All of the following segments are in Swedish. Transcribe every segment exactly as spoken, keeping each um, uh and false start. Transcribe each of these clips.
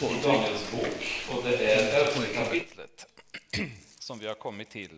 i Daniels bok. Och det är elfte kapitlet som vi har kommit till.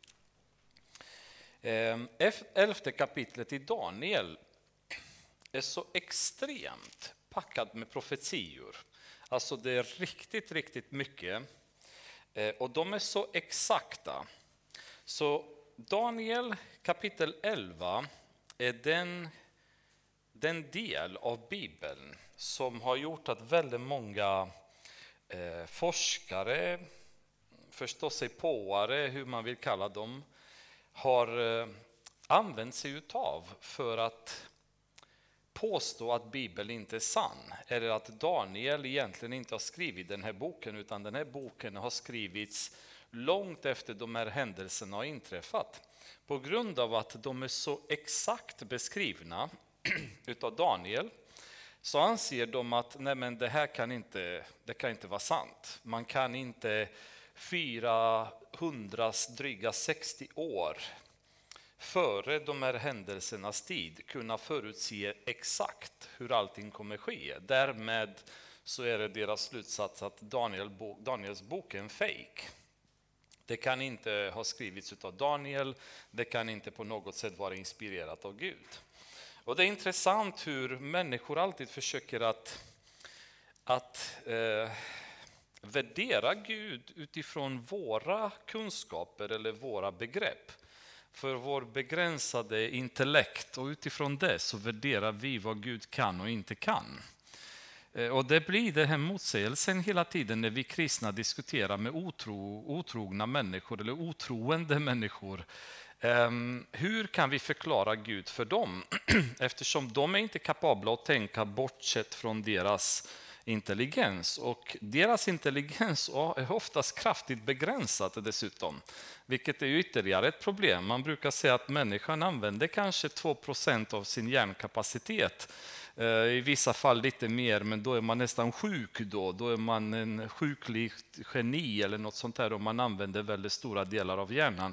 Elfte kapitlet i Daniel är så extremt packat med profetior. Alltså det är riktigt, riktigt mycket. Och de är så exakta. Så Daniel kapitel elva är den, den del av Bibeln som har gjort att väldigt många eh, forskare, förståsigpåare, hur man vill kalla dem, har eh, använt sig utav för att påstå att Bibeln inte är sann. Eller att Daniel egentligen inte har skrivit den här boken, utan den här boken har skrivits långt efter de här händelserna har inträffat. På grund av att de är så exakt beskrivna utav Daniel, så anser de att nej men det här kan inte, det kan inte vara sant. Man kan inte fyrahundra, dryga sextio år före de här händelsernas tid kunna förutse exakt hur allting kommer ske. Därmed så är det deras slutsats att Daniel, Daniels bok är en fake. Det kan inte ha skrivits av Daniel, det kan inte på något sätt vara inspirerat av Gud. Och det är intressant hur människor alltid försöker att, att eh, värdera Gud utifrån våra kunskaper eller våra begrepp. För vår begränsade intellekt, och utifrån det så värderar vi vad Gud kan och inte kan. Och det blir det här motsägelsen hela tiden när vi kristna diskuterar med otro, otrogna människor eller otroende människor. Um, hur kan vi förklara Gud för dem? Eftersom de är inte kapabla att tänka bortsett från deras intelligens. Och deras intelligens är oftast kraftigt begränsat dessutom. Vilket är ju ytterligare ett problem. Man brukar säga att människan använder kanske två procent av sin hjärnkapacitet. I vissa fall lite mer, men då är man nästan sjuk då. Då är man en sjuklig geni eller något sånt där, och man använder väldigt stora delar av hjärnan.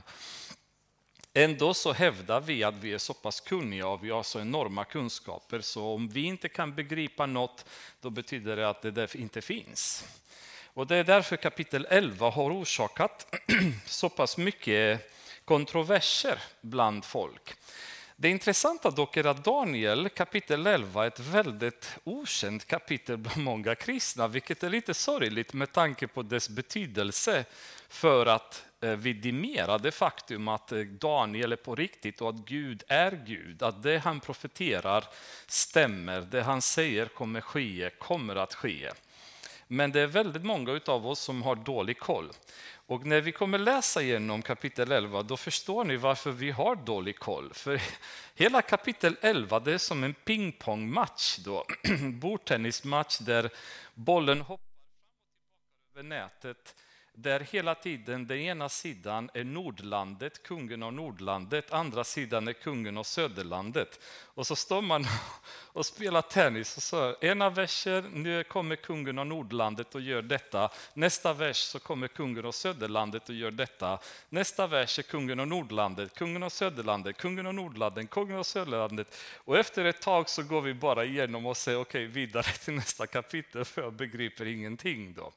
Ändå så hävdar vi att vi är så pass kunniga och vi har så enorma kunskaper, så om vi inte kan begripa något, då betyder det att det där inte finns. Och det är därför kapitel elva har orsakat så pass mycket kontroverser bland folk. Det intressanta dock är att Daniel kapitel elva är ett väldigt okänt kapitel bland många kristna, vilket är lite sorgligt med tanke på dess betydelse för att vidimera det faktum att Daniel är på riktigt och att Gud är Gud. Att det han profeterar stämmer, det han säger kommer ske, kommer att ske. Men det är väldigt många av oss som har dålig koll. Och när vi kommer läsa igenom kapitel elva, då förstår ni varför vi har dålig koll. För hela kapitel elva, det är som en pingpongmatch då. Bordtennismatch där bollen hoppar fram och tillbaka över nätet. Där hela tiden den ena sidan är Nordlandet, kungen av Nordlandet, andra sidan är kungen av Söderlandet. Och så står man och spelar tennis och så ena versen, nu kommer kungen av Nordlandet och gör detta. Nästa vers så kommer kungen av Söderlandet och gör detta. Nästa vers är kungen av Nordlandet, kungen av Söderlandet, kungen av Nordlandet, kungen av Söderlandet. Och efter ett tag så går vi bara igenom och säger okej, okay, vidare till nästa kapitel, för jag begriper ingenting då.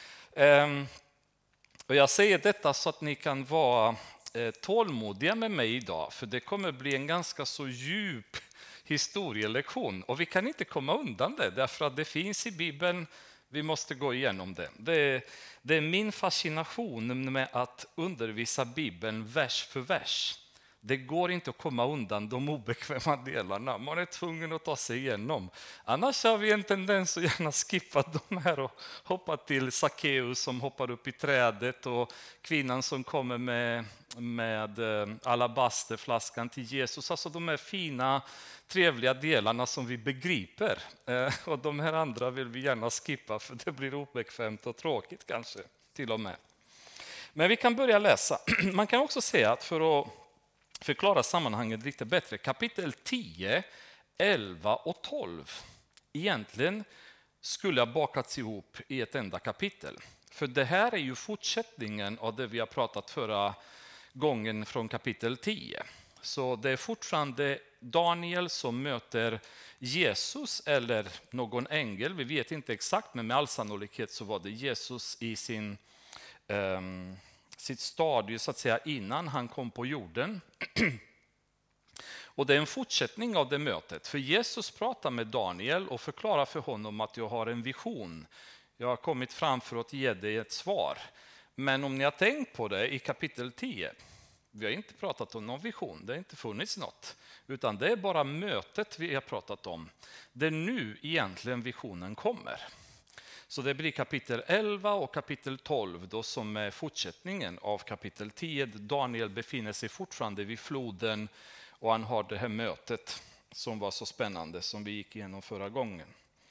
Um, Och jag säger detta så att ni kan vara eh, tålmodiga med mig idag, för det kommer bli en ganska så djup historielektion. Och vi kan inte komma undan det, därför att det finns i Bibeln, vi måste gå igenom det. Det är, det är min fascination med att undervisa Bibeln vers för vers. Det går inte att komma undan de obekväma delarna. Man är tvungen att ta sig igenom. Annars har vi en tendens att gärna skippa de här och hoppa till Sackeus som hoppar upp i trädet och kvinnan som kommer med, med alabasterflaskan till Jesus. Alltså de här fina, trevliga delarna som vi begriper. Och de här andra vill vi gärna skippa, för det blir obekvämt och tråkigt kanske till och med. Men vi kan börja läsa. Man kan också säga att för att förklara sammanhanget lite bättre, kapitel tio, elva och tolv egentligen skulle ha bakats ihop i ett enda kapitel. För det här är ju fortsättningen av det vi har pratat förra gången från kapitel tio. Så det är fortfarande Daniel som möter Jesus eller någon ängel. Vi vet inte exakt, men med all sannolikhet så var det Jesus i sin, um, sitt stadie så att säga innan han kom på jorden. Och det är en fortsättning av det mötet. För Jesus pratar med Daniel och förklarar för honom att jag har en vision. Jag har kommit fram för att ge dig ett svar. Men om ni har tänkt på det i kapitel tio. Vi har inte pratat om någon vision, det har inte funnits något. Utan det är bara mötet vi har pratat om. Det är nu egentligen visionen kommer. Så det blir kapitel elva och kapitel tolv då som är fortsättningen av kapitel tio. Daniel befinner sig fortfarande vid floden och han har det här mötet som var så spännande som vi gick igenom förra gången.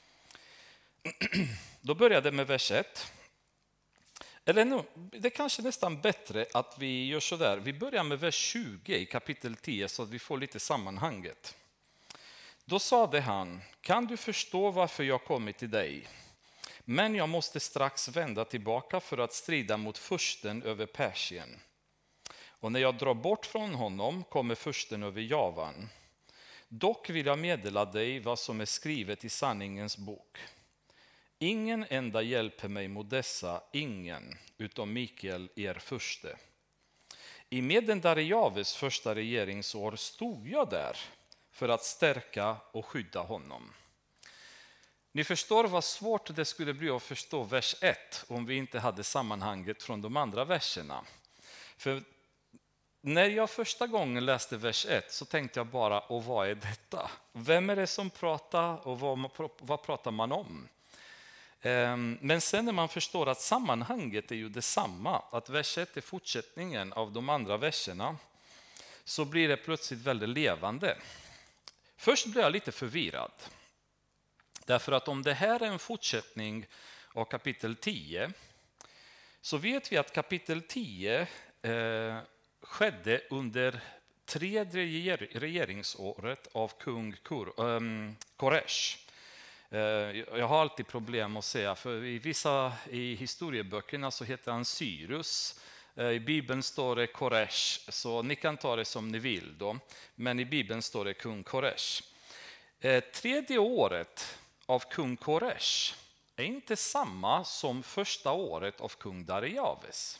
Då började med vers ett. Eller nu, det är kanske nästan bättre att vi gör så där. Vi börjar med vers tjugo i kapitel tio så att vi får lite sammanhanget. Då sade han, kan du förstå varför jag kommit till dig? Men jag måste strax vända tillbaka för att strida mot fursten över Persien. Och när jag drar bort från honom kommer fursten över Javan. Dock vill jag meddela dig vad som är skrivet i sanningens bok. Ingen enda hjälper mig mot dessa, ingen, utom Mikael, er furste. I Meden Darejaves första regeringsår stod jag där för att stärka och skydda honom. Ni förstår vad svårt det skulle bli att förstå vers ett om vi inte hade sammanhanget från de andra verserna. För när jag första gången läste vers ett så tänkte jag bara, och vad är detta? Vem är det som pratar och vad, vad pratar man om? Men sen när man förstår att sammanhanget är ju detsamma, att vers ett är fortsättningen av de andra verserna, så blir det plötsligt väldigt levande. Först blir jag lite förvirrad. Därför att om det här är en fortsättning av kapitel tio, så vet vi att kapitel tio eh, skedde under tredje regeringsåret av kung Koresh. Jag har alltid problem att säga, för i vissa i historieböckerna så heter han Cyrus. I Bibeln står det Koresh, så ni kan ta det som ni vill då. Men i Bibeln står det kung Koresh. Tredje året av kung Koresh är inte samma som första året av kung Darejaves.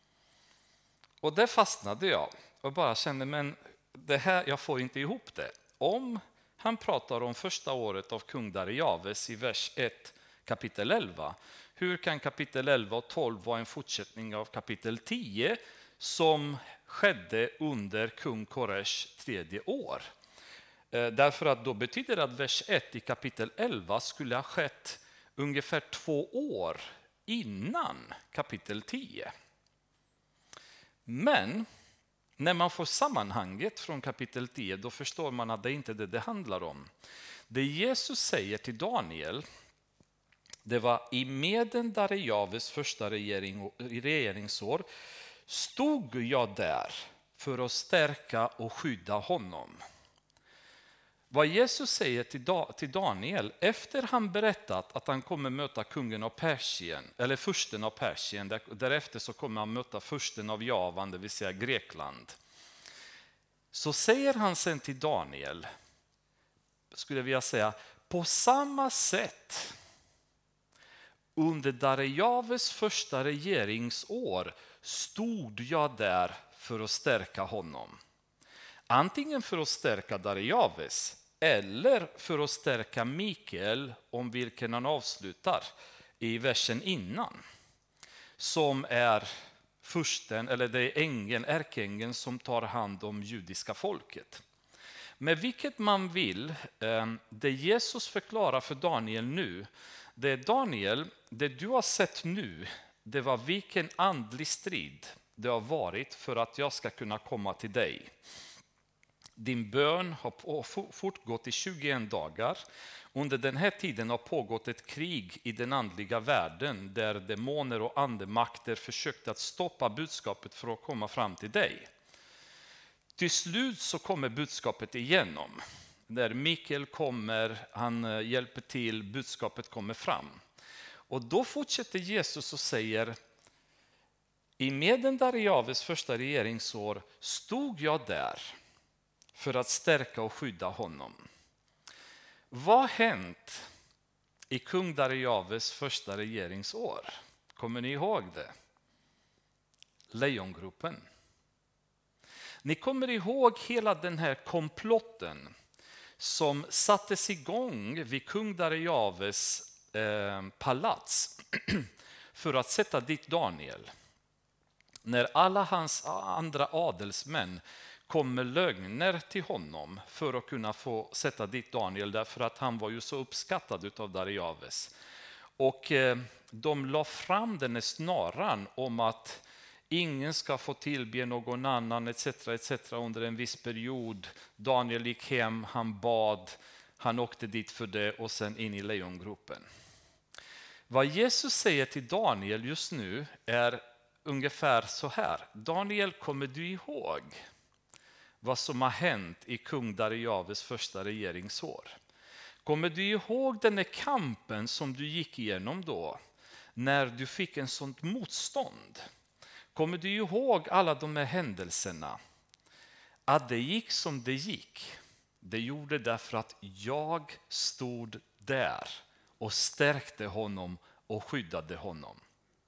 Och där fastnade jag och bara kände, men det här, jag får inte ihop det. Om han pratar om första året av kung Darejaves i vers ett kapitel elva. Hur kan kapitel elva och tolv vara en fortsättning av kapitel tio som skedde under kung Koresh tredje år? Därför att då betyder det att vers ett i kapitel elva skulle ha skett ungefär två år innan kapitel tio. Men när man får sammanhanget från kapitel tio, då förstår man att det inte är det det handlar om. Det Jesus säger till Daniel, det var i Meden Darejaves första regering, regeringsår stod jag där för att stärka och skydda honom. Vad Jesus säger till Daniel efter han berättat att han kommer möta kungen av Persien, eller fursten av Persien, därefter så kommer han möta fursten av Javan, det vill säga Grekland. Så säger han sen till Daniel, skulle jag vilja säga, på samma sätt under Darejaves första regeringsår stod jag där för att stärka honom. Antingen för att stärka Darejaves eller för att stärka Mikael, om vilken han avslutar i versen innan. Som är fursten, eller det är ängeln, ärkeängeln som tar hand om judiska folket. Men vilket man vill, det Jesus förklarar för Daniel nu, det är Daniel, det du har sett nu, det var vilken andlig strid det har varit för att jag ska kunna komma till dig. Din bön har fortgått i tjugoett dagar. Under den här tiden har pågått ett krig i den andliga världen där demoner och andemakter försökt att stoppa budskapet för att komma fram till dig. Till slut så kommer budskapet igenom. Där Mikael kommer, han hjälper till, budskapet kommer fram. Och då fortsätter Jesus och säger, i Meden Darejaves första regeringsår stod jag där för att stärka och skydda honom. Vad har hänt i kung Darejaves första regeringsår? Kommer ni ihåg det? Lejongruppen. Ni kommer ihåg hela den här komplotten som sattes igång vid kung Darejaves eh, palats för att sätta dit Daniel. När alla hans andra adelsmän kom med lögner till honom för att kunna få sätta dit Daniel, därför att han var ju så uppskattad av Darejaves. Och eh, de la fram den här snaran om att ingen ska få tillbe någon annan et cetera et cetera under en viss period. Daniel gick hem, han bad, han åkte dit för det och sen in i lejongruppen. Vad Jesus säger till Daniel just nu är ungefär så här: Daniel, kommer du ihåg vad som har hänt i kung Darejaves första regeringsår? Kommer du ihåg den här kampen som du gick igenom då, när du fick en sånt motstånd? Kommer du ihåg alla de här händelserna? Att det gick som det gick, det gjorde därför att jag stod där och stärkte honom och skyddade honom.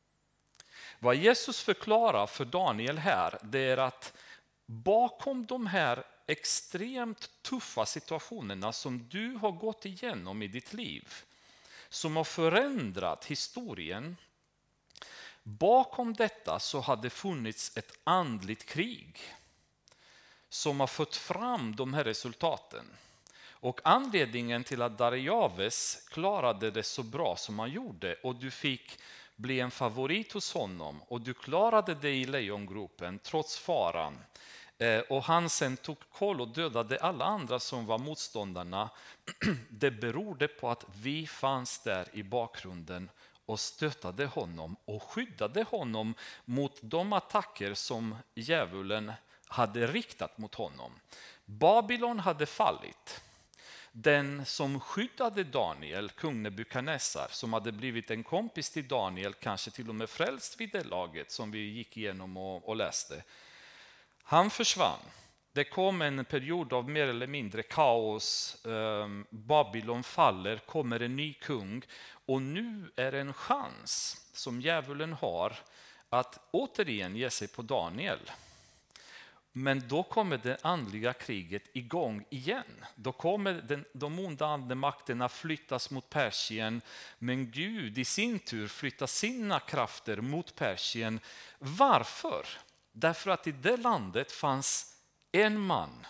Vad Jesus förklarar för Daniel här, det är att bakom de här extremt tuffa situationerna som du har gått igenom i ditt liv, som har förändrat historien, bakom detta så har det funnits ett andligt krig som har fått fram de här resultaten. Och anledningen till att Darejaves klarade det så bra som han gjorde, och du fick bli en favorit hos honom, och du klarade det i lejongruppen trots faran, och han sen tog koll och dödade alla andra som var motståndarna, det berodde på att vi fanns där i bakgrunden och stöttade honom och skyddade honom mot de attacker som djävulen hade riktat mot honom. Babylon hade fallit. Den som skyddade Daniel, kung Nebukadnessar, som hade blivit en kompis till Daniel, kanske till och med frälst vid det laget som vi gick igenom och, och läste, han försvann. Det kom en period av mer eller mindre kaos. Babylon faller, kommer en ny kung, och nu är det en chans som djävulen har att återigen ge sig på Daniel. Men då kommer det andliga kriget igång igen. Då kommer den, de onda andemakterna flyttas mot Persien, men Gud i sin tur flyttar sina krafter mot Persien. Varför? Därför att i det landet fanns en man.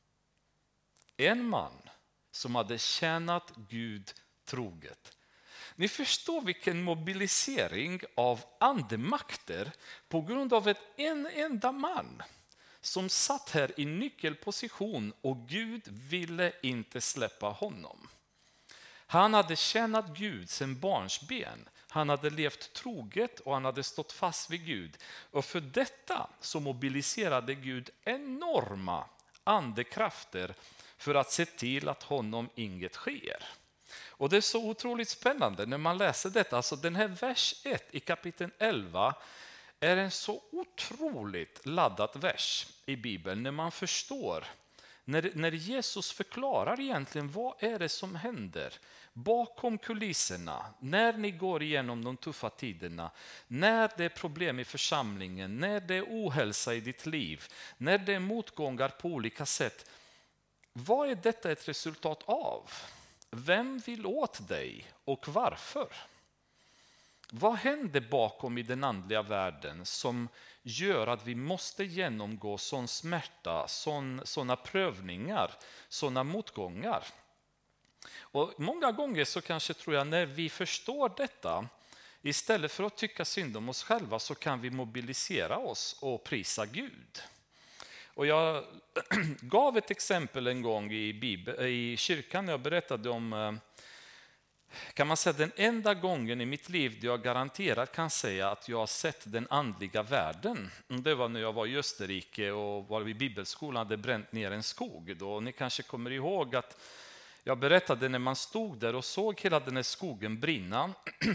En man som hade tjänat Gud troget. Ni förstår vilken mobilisering av andemakter på grund av ett en enda man som satt här i nyckelposition, och Gud ville inte släppa honom. Han hade tjänat Gud sedan barnsben. Han hade levt troget och han hade stått fast vid Gud. Och för detta så mobiliserade Gud enorma andekrafter för att se till att honom inget sker. Och det är så otroligt spännande när man läser detta. Alltså den här vers ett i kapitel elva är en så otroligt laddad vers i Bibeln, när man förstår, när, när Jesus förklarar egentligen vad är det som händer bakom kulisserna, när ni går igenom de tuffa tiderna, när det är problem i församlingen, när det är ohälsa i ditt liv, när det är motgångar på olika sätt. Vad är detta ett resultat av? Vem vill åt dig och varför? Vad händer bakom i den andliga världen som gör att vi måste genomgå sån smärta, sån, såna prövningar, såna motgångar? Och många gånger så kanske tror jag när vi förstår detta, istället för att tycka synd om oss själva, så kan vi mobilisera oss och prisa Gud. Och jag gav ett exempel en gång i, Bibel, i kyrkan när jag berättade om, kan man säga, den enda gången i mitt liv där jag garanterat kan säga att jag har sett den andliga världen. Det var när jag var i Österrike och var vid bibelskolan, hade bränt ner en skog. Då. Ni kanske kommer ihåg att jag berättade när man stod där och såg hela den här skogen brinna.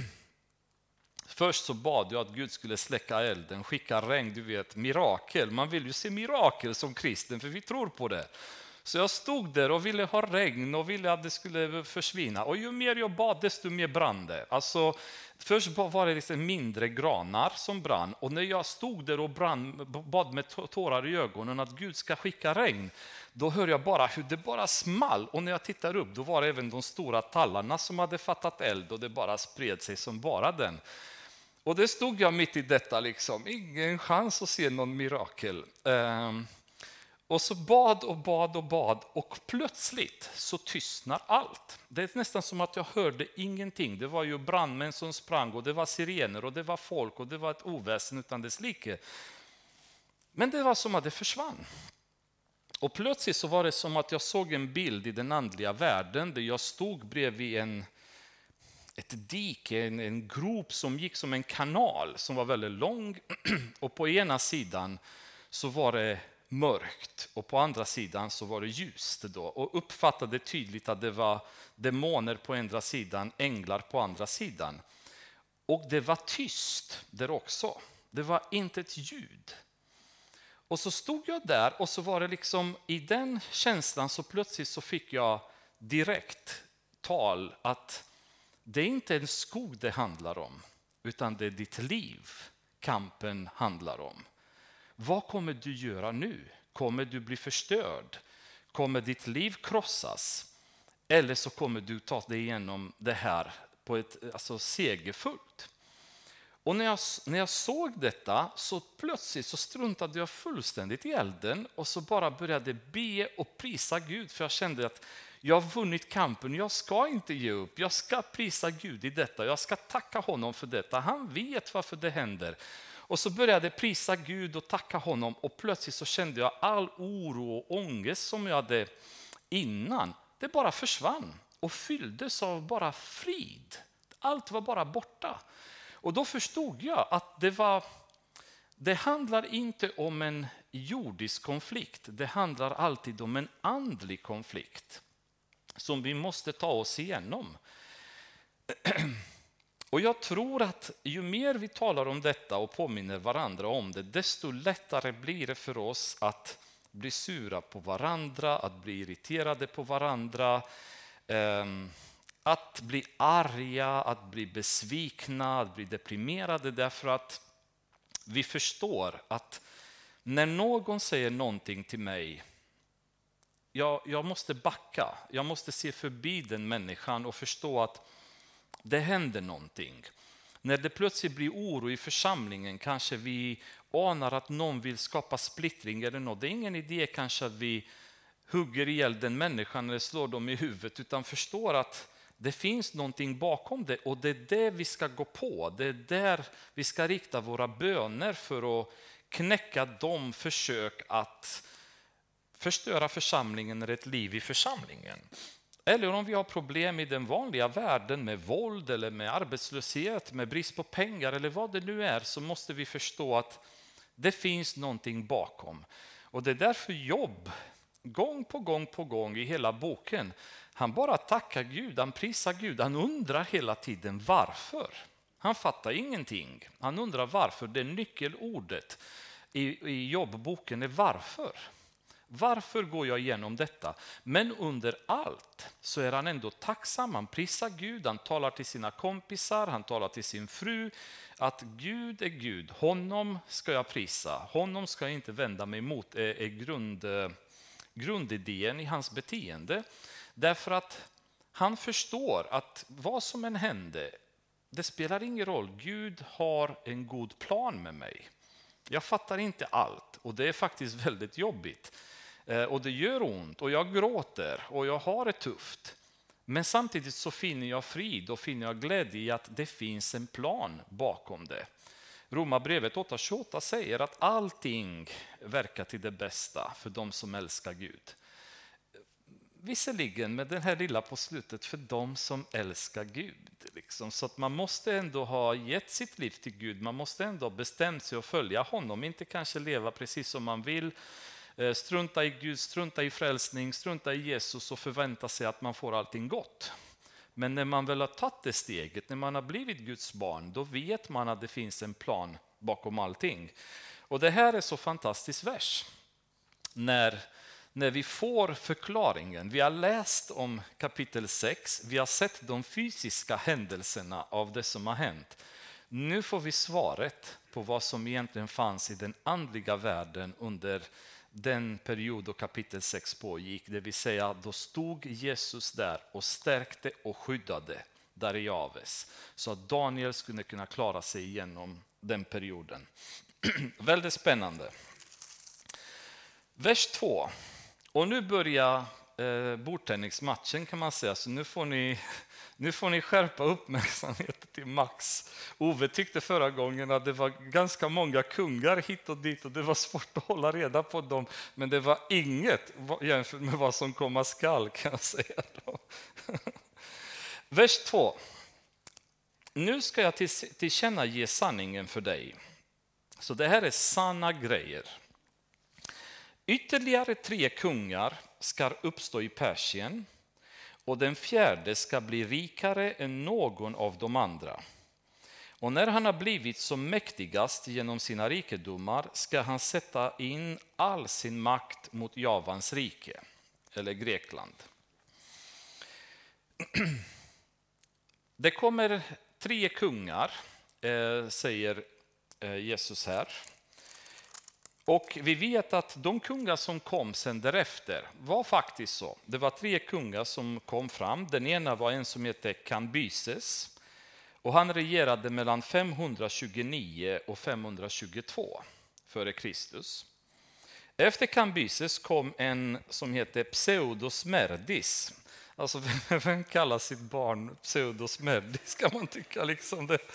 Först så bad jag att Gud skulle släcka elden, skicka regn, du vet, mirakel. Man vill ju se mirakel som kristen, för vi tror på det. Så jag stod där och ville ha regn och ville att det skulle försvinna. Och ju mer jag bad, desto mer brann det. Alltså, först var det liksom mindre granar som brann. Och när jag stod där och brann, bad med tårar i ögonen att Gud ska skicka regn, då hör jag bara hur det bara small. Och när jag tittar upp, då var det även de stora tallarna som hade fattat eld. Och det bara spred sig som bara den. Och det stod jag mitt i detta, liksom. Ingen chans att se någon mirakel. Um, Och så bad och bad och bad och plötsligt så tystnar allt. Det är nästan som att jag hörde ingenting. Det var ju brandmän som sprang och det var sirener och det var folk och det var ett oväsen utan dess like. Men det var som att det försvann. Och plötsligt så var det som att jag såg en bild i den andliga världen där jag stod bredvid en, ett dike, en, en grop som gick som en kanal som var väldigt lång. Och på ena sidan så var det mörkt och på andra sidan så var det ljust då, och uppfattade tydligt att det var demoner på ena sidan, änglar på andra sidan. Och det var tyst där också. Det var inte ett ljud. Och så stod jag där och så var det liksom i den känslan så plötsligt så fick jag direkt tal att det är inte en skog det handlar om, utan det är ditt liv kampen handlar om. Vad kommer du göra nu? Kommer du bli förstörd? Kommer ditt liv krossas? Eller så kommer du ta dig igenom det här på ett alltså, segerfullt. Och när jag, när jag såg detta så plötsligt så struntade jag fullständigt i elden och så bara började be och prisa Gud, för jag kände att jag har vunnit kampen, jag ska inte ge upp, jag ska prisa Gud i detta, jag ska tacka honom för detta, han vet varför det händer. Och så började jag prisa Gud och tacka honom och plötsligt så kände jag all oro och ångest som jag hade innan, det bara försvann och fylldes av bara frid. Allt var bara borta. Och då förstod jag att det var, det handlar inte om en jordisk konflikt, det handlar alltid om en andlig konflikt som vi måste ta oss igenom. Och jag tror att ju mer vi talar om detta och påminner varandra om det, desto lättare blir det för oss att bli sura på varandra, att bli irriterade på varandra, eh, att bli arga, att bli besvikna, att bli deprimerade, därför att vi förstår att när någon säger någonting till mig, jag, jag måste backa, jag måste se förbi den människan och förstå att det händer någonting. När det plötsligt blir oro i församlingen, kanske vi anar att någon vill skapa splittring eller något. Det är ingen idé kanske att vi hugger ihjäl den människan eller slår dem i huvudet, utan förstår att det finns någonting bakom det och det är det vi ska gå på. Det är där vi ska rikta våra böner för att knäcka de försök att förstöra församlingen eller ett liv i församlingen. Eller om vi har problem i den vanliga världen med våld eller med arbetslöshet, med brist på pengar eller vad det nu är, så måste vi förstå att det finns någonting bakom. Och det är därför Jobb, gång på gång på gång i hela boken, han bara tackar Gud, han prisar Gud, han undrar hela tiden varför. Han fattar ingenting, han undrar varför. Det nyckelordet i, i Jobbboken är varför. Varför går jag igenom detta? Men under allt så är han ändå tacksam. Han prisar Gud, han talar till sina kompisar, han talar till sin fru att Gud är Gud. Honom ska jag prisa, honom ska jag inte vända mig emot, är, är grund, grundidén i hans beteende. Därför att han förstår att vad som än händer, det spelar ingen roll. Gud har en god plan med mig. Jag fattar inte allt och det är faktiskt väldigt jobbigt. Och det gör ont och jag gråter och jag har det tufft. Men samtidigt så finner jag frid och finner jag glädje i att det finns en plan bakom det. Romarbrevet åtta tjugoåtta säger att allting verkar till det bästa för de som älskar Gud. Visserligen med den här lilla på slutet, för de som älskar Gud. Liksom. Så att man måste ändå ha gett sitt liv till Gud. Man måste ändå ha bestämt sig att följa honom. Inte kanske leva precis som man vill. Strunta i Gud, strunta i frälsning, strunta i Jesus och förvänta sig att man får allting gott. Men när man väl har tagit det steget, när man har blivit Guds barn, då vet man att det finns en plan bakom allting. Och det här är så fantastisk vers. När när vi får förklaringen. Vi har läst om kapitel sex, vi har sett de fysiska händelserna av det som har hänt. Nu får vi svaret på vad som egentligen fanns i den andliga världen under den period då kapitel sex pågick. Det vill säga, då stod Jesus där och stärkte och skyddade Darijaves, så att Daniel skulle kunna klara sig igenom den perioden. Väldigt spännande. Vers två. Och nu börjar eh, bordtennismatchen kan man säga, så nu får ni, nu får ni skärpa uppmärksamheten till max. Ove tyckte förra gången att det var ganska många kungar hit och dit och det var svårt att hålla reda på dem, men det var inget jämfört med vad som komma skall, kan jag säga då. Vers två. Nu ska jag tillkännage sanningen för dig. Så det här är sanna grejer. Ytterligare tre kungar ska uppstå i Persien, och den fjärde ska bli rikare än någon av de andra. Och när han har blivit som mäktigast genom sina rikedomar ska han sätta in all sin makt mot Javans rike, eller Grekland. Det kommer tre kungar, eh, säger eh, Jesus här. Och vi vet att de kungar som kom sen därefter var faktiskt så. Det var tre kungar som kom fram. Den ena var en som hette Kambyses. Och han regerade mellan femhundratjugonio och femhundratjugotvå före Kristus. Efter Kambyses kom en som hette Pseudosmerdis. Alltså vem kallar sitt barn Pseudosmerdis, kan man tycka liksom det.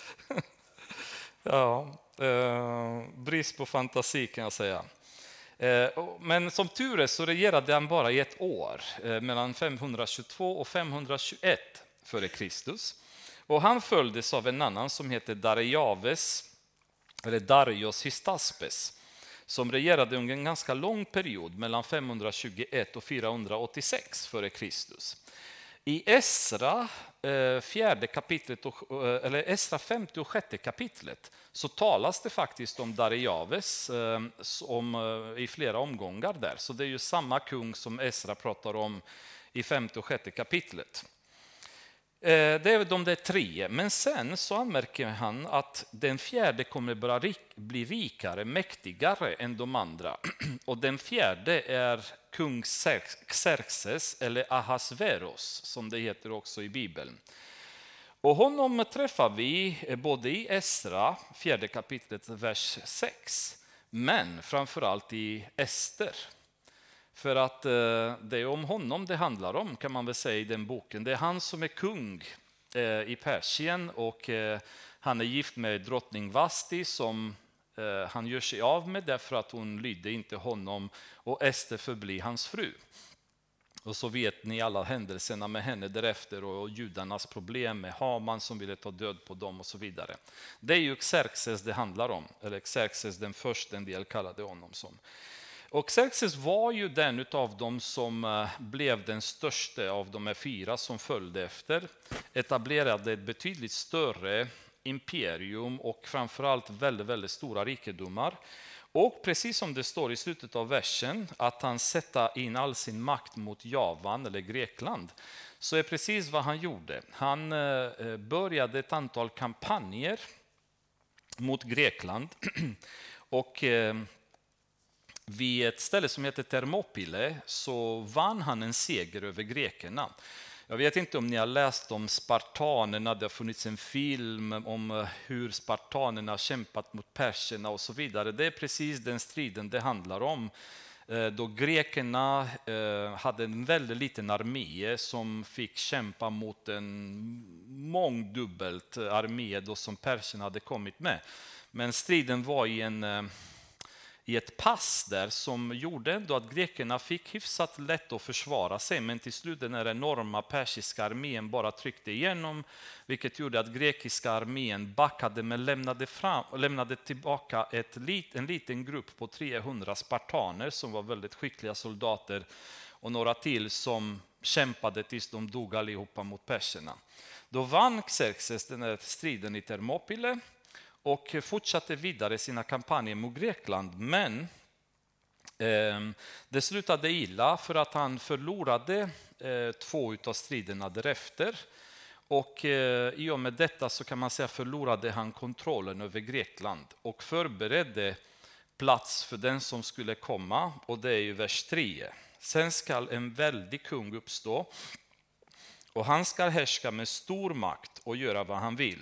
Ja, eh, brist på fantasi kan jag säga. Eh, men som tur är så regerade han bara i ett år, eh, mellan femhundratjugotvå och femhundratjugoett före Kristus. Och han följdes av en annan som heter Darijaves, eller Darius Hystaspes, som regerade under en ganska lång period mellan femhundratjugoett och fyrahundraåttiosex före Kristus. I Esra, eh, fjärde kapitlet, och, eller Esra femtio och sjätte kapitlet, så talas det faktiskt om Darijaves eh, om, eh, i flera omgångar där. Så det är ju samma kung som Esra pratar om i femte och sjätte kapitlet. Eh, det är de där tre, men sen så anmärker han att den fjärde kommer bara rik, bli rikare, mäktigare än de andra. Och den fjärde är kung Xerxes, eller Ahasveros som det heter också i Bibeln. Och honom träffar vi både i Esra, fjärde kapitlet, vers sex, men framförallt i Ester. För att eh, det är om honom det handlar om, kan man väl säga i den boken. Det är han som är kung eh, i Persien, och eh, han är gift med drottning Vasti som eh, han gör sig av med därför att hon lydde inte honom, och Ester förblir hans fru. Och så vet ni alla händelserna med henne därefter och judarnas problem med Haman som ville ta död på dem och så vidare. Det är ju Xerxes det handlar om, eller Xerxes den första, en del kallade honom som. Och Xerxes var ju den av dem som blev den största av de här fyra som följde efter. Etablerade ett betydligt större imperium och framförallt väldigt, väldigt stora rikedomar. Och precis som det står i slutet av versen, att han sätta in all sin makt mot Javan eller Grekland, så är precis vad han gjorde. Han började ett antal kampanjer mot Grekland och vid ett ställe som heter Thermopyle så vann han en seger över grekerna. Jag vet inte om ni har läst om spartanerna, det har funnits en film om hur spartanerna kämpat mot perserna och så vidare. Det är precis den striden det handlar om. Då grekerna hade en väldigt liten armé som fick kämpa mot en mångdubbelt armé då som perserna hade kommit med. Men striden var i en... i ett pass där som gjorde ändå att grekerna fick hyfsat lätt att försvara sig, men till slut den här enorma persiska armén bara tryckte igenom, vilket gjorde att grekiska armén backade men lämnade, fram, lämnade tillbaka ett lit, en liten grupp på trehundra spartaner som var väldigt skickliga soldater och några till som kämpade tills de dog allihopa mot perserna. Då vann Xerxes den här striden i Thermopyle och fortsatte vidare sina kampanjer mot Grekland, men Det slutade illa för att han förlorade två utav striderna därefter. Och i och med detta så kan man säga förlorade han kontrollen över Grekland och förberedde plats för den som skulle komma, och det är ju vers tre. Sen skall en väldig kung uppstå och han ska härska med stor makt och göra vad han vill.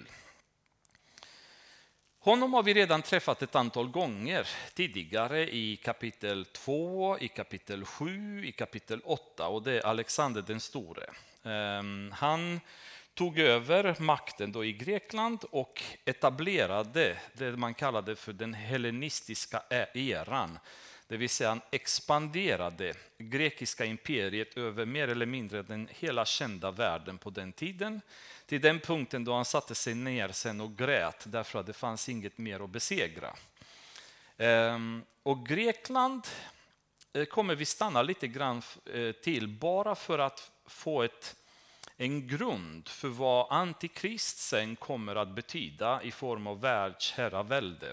Honom har vi redan träffat ett antal gånger tidigare i kapitel två, i kapitel sju, i kapitel åtta, och det är Alexander den store. Han tog över makten då i Grekland och etablerade det man kallade för den hellenistiska eran. Det vill säga han expanderade grekiska imperiet över mer eller mindre den hela kända världen på den tiden. Till den punkten då han satte sig ner sen och grät därför att det fanns inget mer att besegra. Och Grekland kommer vi stanna lite grann till bara för att få ett en grund för vad antikrist sen kommer att betyda i form av världsherravälde.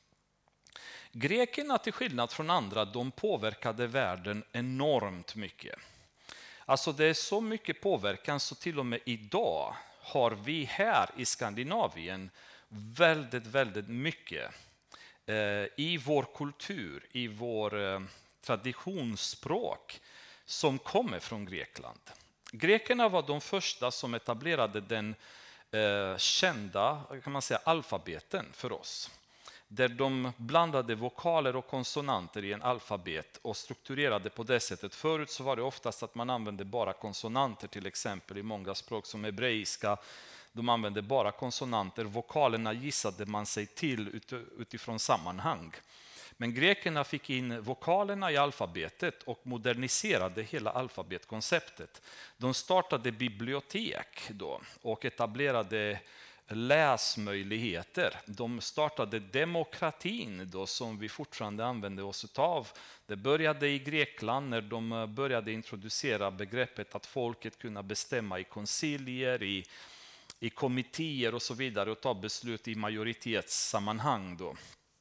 Grekerna till skillnad från andra, de påverkade världen enormt mycket. Alltså det är så mycket påverkan så till och med idag har vi här i Skandinavien väldigt, väldigt mycket eh, i vår kultur, i vår eh, traditionsspråk som kommer från Grekland. Grekerna var de första som etablerade den eh, kända kan man säga, alfabeten för oss. Där de blandade vokaler och konsonanter i en alfabet och strukturerade på det sättet. Förut så var det oftast att man använde bara konsonanter, till exempel i många språk som hebreiska. De använde bara konsonanter. Vokalerna gissade man sig till utifrån sammanhang. Men grekerna fick in vokalerna i alfabetet och moderniserade hela alfabetkonceptet. De startade bibliotek då och etablerade läsmöjligheter. De startade demokratin då som vi fortfarande använder oss av. Det började i Grekland när de började introducera begreppet att folket kunde bestämma i koncilier, i, i kommittéer och så vidare och ta beslut i majoritetssammanhang då.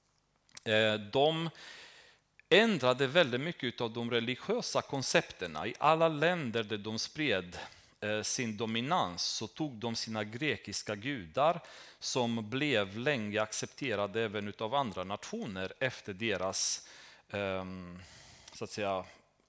De ändrade väldigt mycket av de religiösa koncepterna. I alla länder där de spred sin dominans så tog de sina grekiska gudar som blev länge accepterade även av andra nationer efter deras så att säga,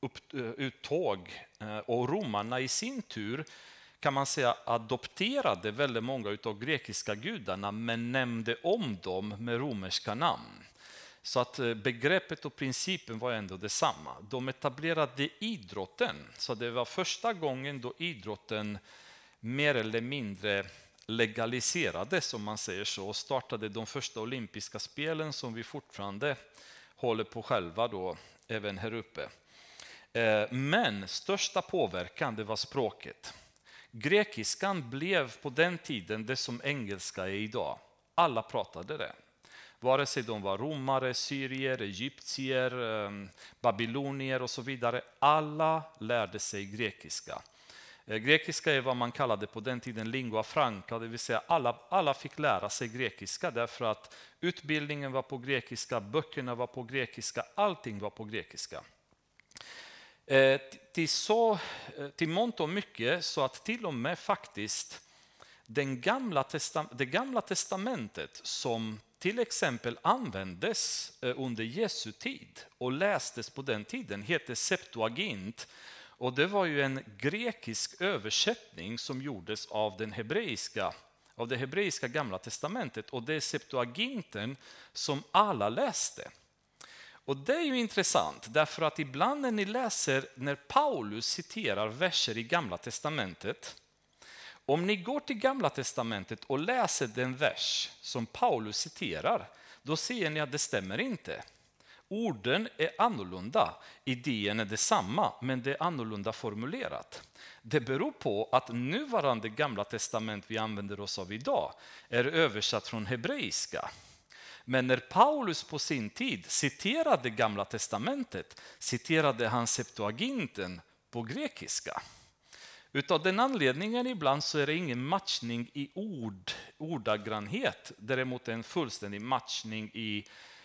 uttåg. Och romarna i sin tur kan man säga adopterade väldigt många av grekiska gudarna men nämnde om dem med romerska namn. Så att begreppet och principen var ändå detsamma. De etablerade idrotten. Så det var första gången då idrotten mer eller mindre legaliserades, som man säger så. Och startade de första olympiska spelen som vi fortfarande håller på själva då, även här uppe. Men största påverkan det var språket. Grekiskan blev på den tiden det som engelska är idag. Alla pratade det. Vare sig de var romare, syrier, egyptier, babylonier och så vidare. Alla lärde sig grekiska. Grekiska är vad man kallade på den tiden lingua franca, det vill säga alla, alla fick lära sig grekiska därför att utbildningen var på grekiska, böckerna var på grekiska, allting var på grekiska. Till, så, till mångt och mycket så att till och med faktiskt den gamla testam- det gamla testamentet som till exempel användes under Jesu tid och lästes på den tiden heter Septuagint. Och det var ju en grekisk översättning som gjordes av, den hebreiska, av det hebreiska gamla testamentet. Och det är Septuaginten som alla läste. Och det är ju intressant därför att ibland när ni läser, när Paulus citerar verser i gamla testamentet. Om ni går till gamla testamentet och läser den vers som Paulus citerar, då ser ni att det stämmer inte. Orden är annorlunda, idén är detsamma, men det är annorlunda formulerat. Det beror på att nuvarande gamla testament vi använder oss av idag är översatt från hebreiska. Men när Paulus på sin tid citerade gamla testamentet citerade han Septuaginten på grekiska. Utav den anledningen ibland så är det ingen matchning i ord, ordagrannhet. Däremot en fullständig matchning i,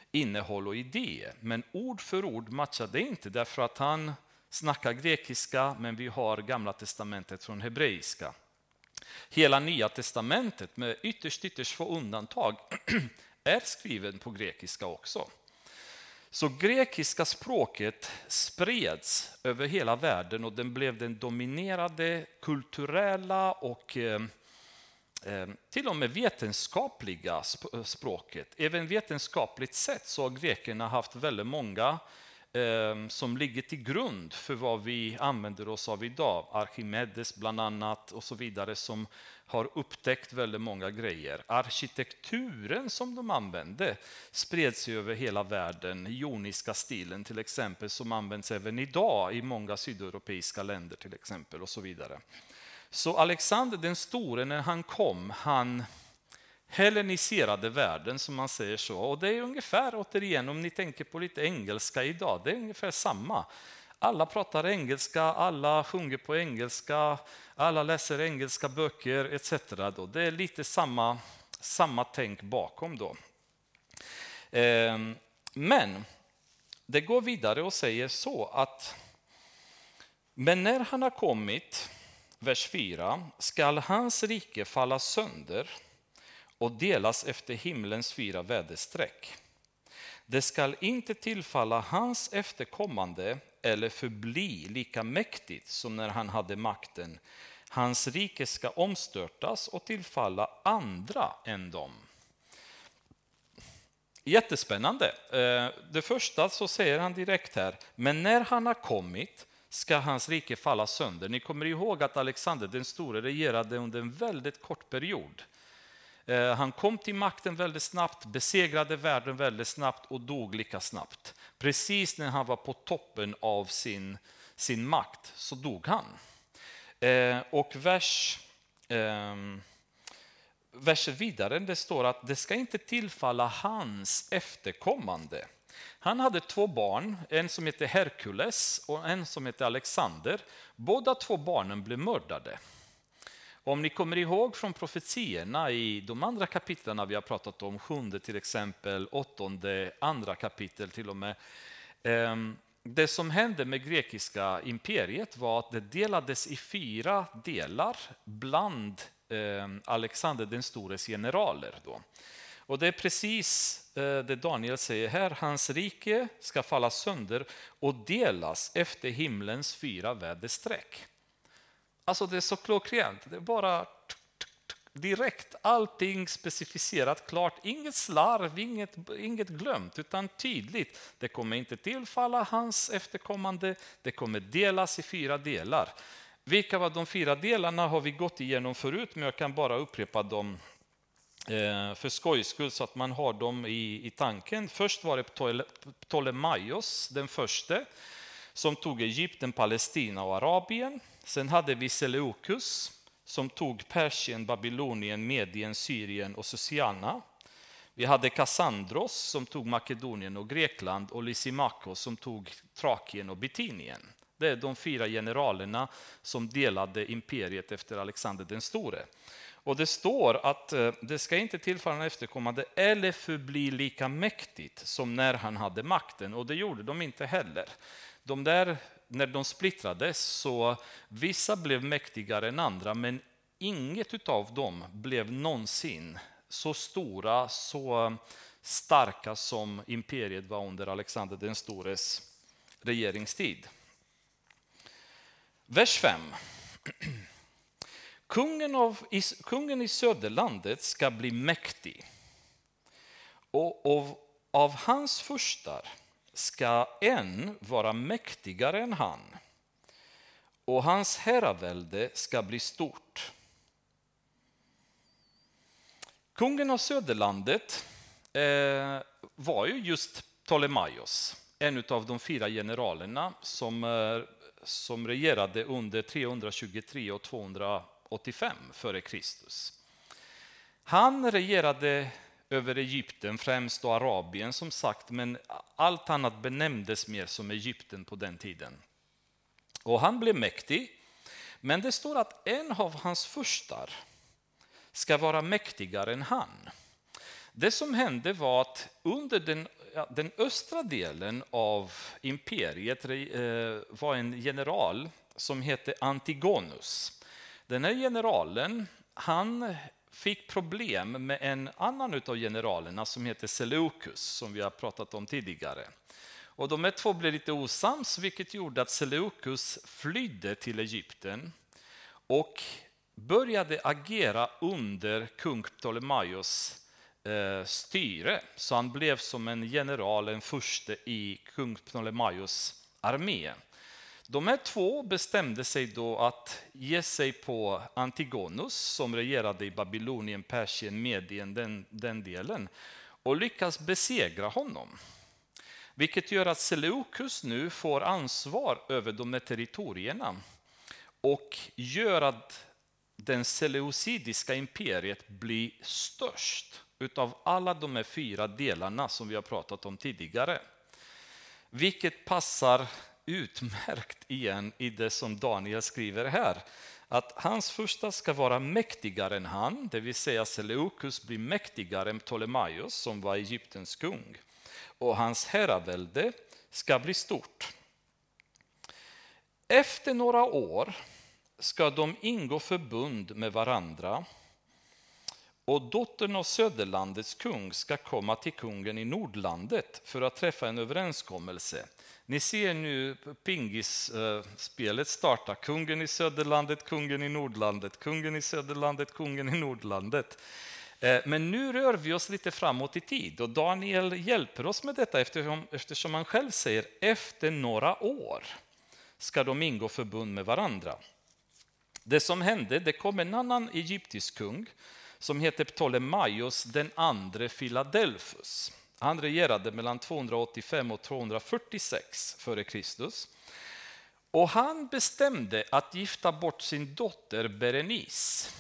innehåll och idé. Men ord för ord matchar det inte, därför att han snackar grekiska, men vi har Gamla testamentet från hebreiska. Hela Nya testamentet, med ytterst, ytterst få undantag, är skriven på grekiska också. Så grekiska språket spreds över hela världen och den blev den dominerade kulturella och eh, till och med vetenskapliga språket. Även vetenskapligt sett så har grekerna haft väldigt många eh, som ligger till grund för vad vi använder oss av idag. Archimedes bland annat och så vidare, som har upptäckt väldigt många grejer. Arkitekturen som de använde spreds över hela världen. Joniska stilen till exempel, som används även idag i många sydeuropeiska länder till exempel och så vidare. Så Alexander den store, när han kom, han helleniserade världen, som man säger så. Och det är ungefär, återigen, om ni tänker på lite engelska idag, det är ungefär samma. Alla pratar engelska, alla sjunger på engelska, alla läser engelska böcker et cetera. Då. Det är lite samma, samma tänk bakom då. Men det går vidare och säger så att men när han har kommit, vers fyra, skall hans rike falla sönder och delas efter himlens fyra väderstreck. Det skall inte tillfalla hans efterkommande eller förbli lika mäktigt som när han hade makten. Hans rike ska omstörtas och tillfalla andra än dem. Jättespännande. Det första så säger han direkt här, men när han har kommit ska hans rike falla sönder. Ni kommer ihåg att Alexander den store regerade under en väldigt kort period. Han kom till makten väldigt snabbt, besegrade världen väldigt snabbt och dog lika snabbt. Precis när han var på toppen av sin, sin makt så dog han. Och vers, vers vidare, det står att det ska inte tillfalla hans efterkommande. Han hade två barn, en som heter Herkules och en som heter Alexander. Båda två barnen blev mördade. Om ni kommer ihåg från profetierna i de andra kapitlen vi har pratat om, sjunde till exempel, åttonde, andra kapitel till och med. Det som hände med grekiska imperiet var att det delades i fyra delar bland Alexander den stores generaler då. Och det är precis det Daniel säger här. Hans rike ska falla sönder och delas efter himlens fyra väderstreck. Alltså det är så klockrent. Det är bara direkt allting specificerat klart. Inget slarv, inget, inget glömt, utan tydligt. Det kommer inte tillfalla hans efterkommande. Det kommer delas i fyra delar. Vilka var de fyra delarna har vi gått igenom förut, men jag kan bara upprepa dem för skojs skull så att man har dem i, i tanken. Först var det Ptolemaios, den första, som tog Egypten, Palestina och Arabien. Sen hade vi Seleukus som tog Persien, Babylonien, Medien, Syrien och Susiana. Vi hade Kassandros som tog Makedonien och Grekland och Lysimakos som tog Thrakien och Bitynien. Det är de fyra generalerna som delade imperiet efter Alexander den store. Och det står att det ska inte tillfalla efterkommande eller förbli lika mäktigt som när han hade makten. Och det gjorde de inte heller. De där, när de splittrades så vissa blev mäktigare än andra, men inget av dem blev någonsin så stora, så starka som imperiet var under Alexander den stores regeringstid. Vers fem. Kungen, av, kungen i söderlandet ska bli mäktig, och av, av hans furstar ska en vara mäktigare än han, och hans herravälde ska bli stort. Kungen av söderlandet eh, var ju just Ptolemaios, en av de fyra generalerna som, eh, som regerade under trehundratjugotre och tvåhundraåttiofem före Kristus. Han regerade över Egypten, främst och Arabien som sagt, men allt annat benämndes mer som Egypten på den tiden. Och han blev mäktig, men det står att en av hans furstar ska vara mäktigare än han. Det som hände var att under den ja, den östra delen av imperiet eh, var en general som hette Antigonus. Den här generalen, han fick problem med en annan av generalerna som heter Seleucus, som vi har pratat om tidigare. Och de här två blev lite osams, vilket gjorde att Seleucus flydde till Egypten och började agera under kung Ptolemaios eh, styre. Så han blev som en general, en furste i kung Ptolemaios armé. De här två bestämde sig då att ge sig på Antigonus som regerade i Babylonien, Persien, Medien, den, den delen, och lyckas besegra honom. Vilket gör att Seleucus nu får ansvar över de här territorierna och gör att den seleucidiska imperiet blir störst utav alla de här fyra delarna som vi har pratat om tidigare. Vilket passar utmärkt igen i det som Daniel skriver här. Att hans första ska vara mäktigare än han, det vill säga Seleucus blir mäktigare än Ptolemaios som var Egyptens kung. Och hans herravälde ska bli stort. Efter några år ska de ingå förbund med varandra och dottern av söderlandets kung ska komma till kungen i Nordlandet för att träffa en överenskommelse. Ni ser nu pingis-spelet starta. Kungen i söderlandet, kungen i Nordlandet, kungen i söderlandet, kungen i Nordlandet. Men nu rör vi oss lite framåt i tid och Daniel hjälper oss med detta eftersom, eftersom han själv säger efter några år ska de ingå förbund med varandra. Det som hände, det kom en annan egyptisk kung som heter Ptolemaios den andre Philadelphus. Han regerade mellan tvåhundraåttiofem och tvåhundrafyrtiosex före Kristus. Och han bestämde att gifta bort sin dotter Berenice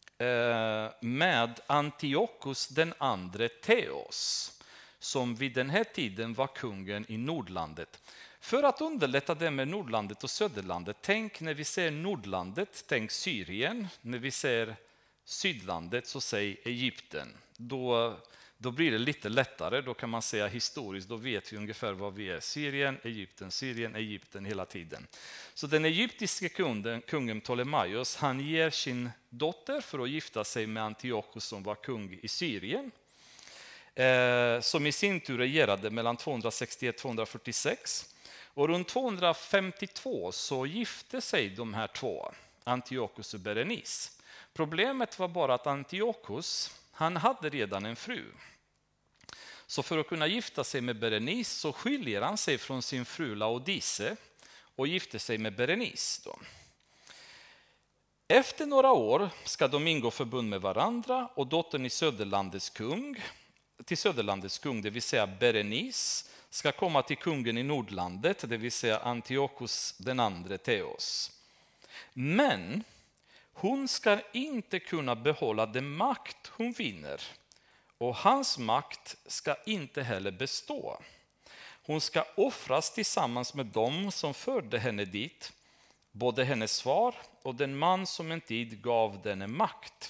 med Antiochus den andre Theos, som vid den här tiden var kungen i Nordlandet. För att underlätta det med Nordlandet och Söderlandet, tänk när vi säger Nordlandet, tänk Syrien. När vi säger Sydlandet så säg Egypten. Då, då blir det lite lättare, då kan man säga historiskt, då vet vi ungefär vad vi är. Syrien, Egypten, Syrien, Egypten hela tiden. Så den egyptiske kungen, kungen Ptolemaios, han ger sin dotter för att gifta sig med Antiochus som var kung i Syrien. Eh, som i sin tur regerade mellan tvåhundrasextioett och tvåhundrafyrtiosex. Och runt tvåhundrafemtiotvå så gifte sig de här två, Antiochus och Berenice. Problemet var bara att Antiochus, han hade redan en fru. Så för att kunna gifta sig med Berenice så skiljer han sig från sin fru Laodice och gifter sig med Berenice då. Efter några år ska de ingå förbund med varandra och dottern i söderlandets kung, till söderlandets kung, det vill säga Berenice, ska komma till kungen i Nordlandet, det vill säga Antiochus den andre Theos. Men hon ska inte kunna behålla den makt hon vinner och hans makt ska inte heller bestå. Hon ska offras tillsammans med dem som förde henne dit, både hennes far och den man som en tid gav henne makt.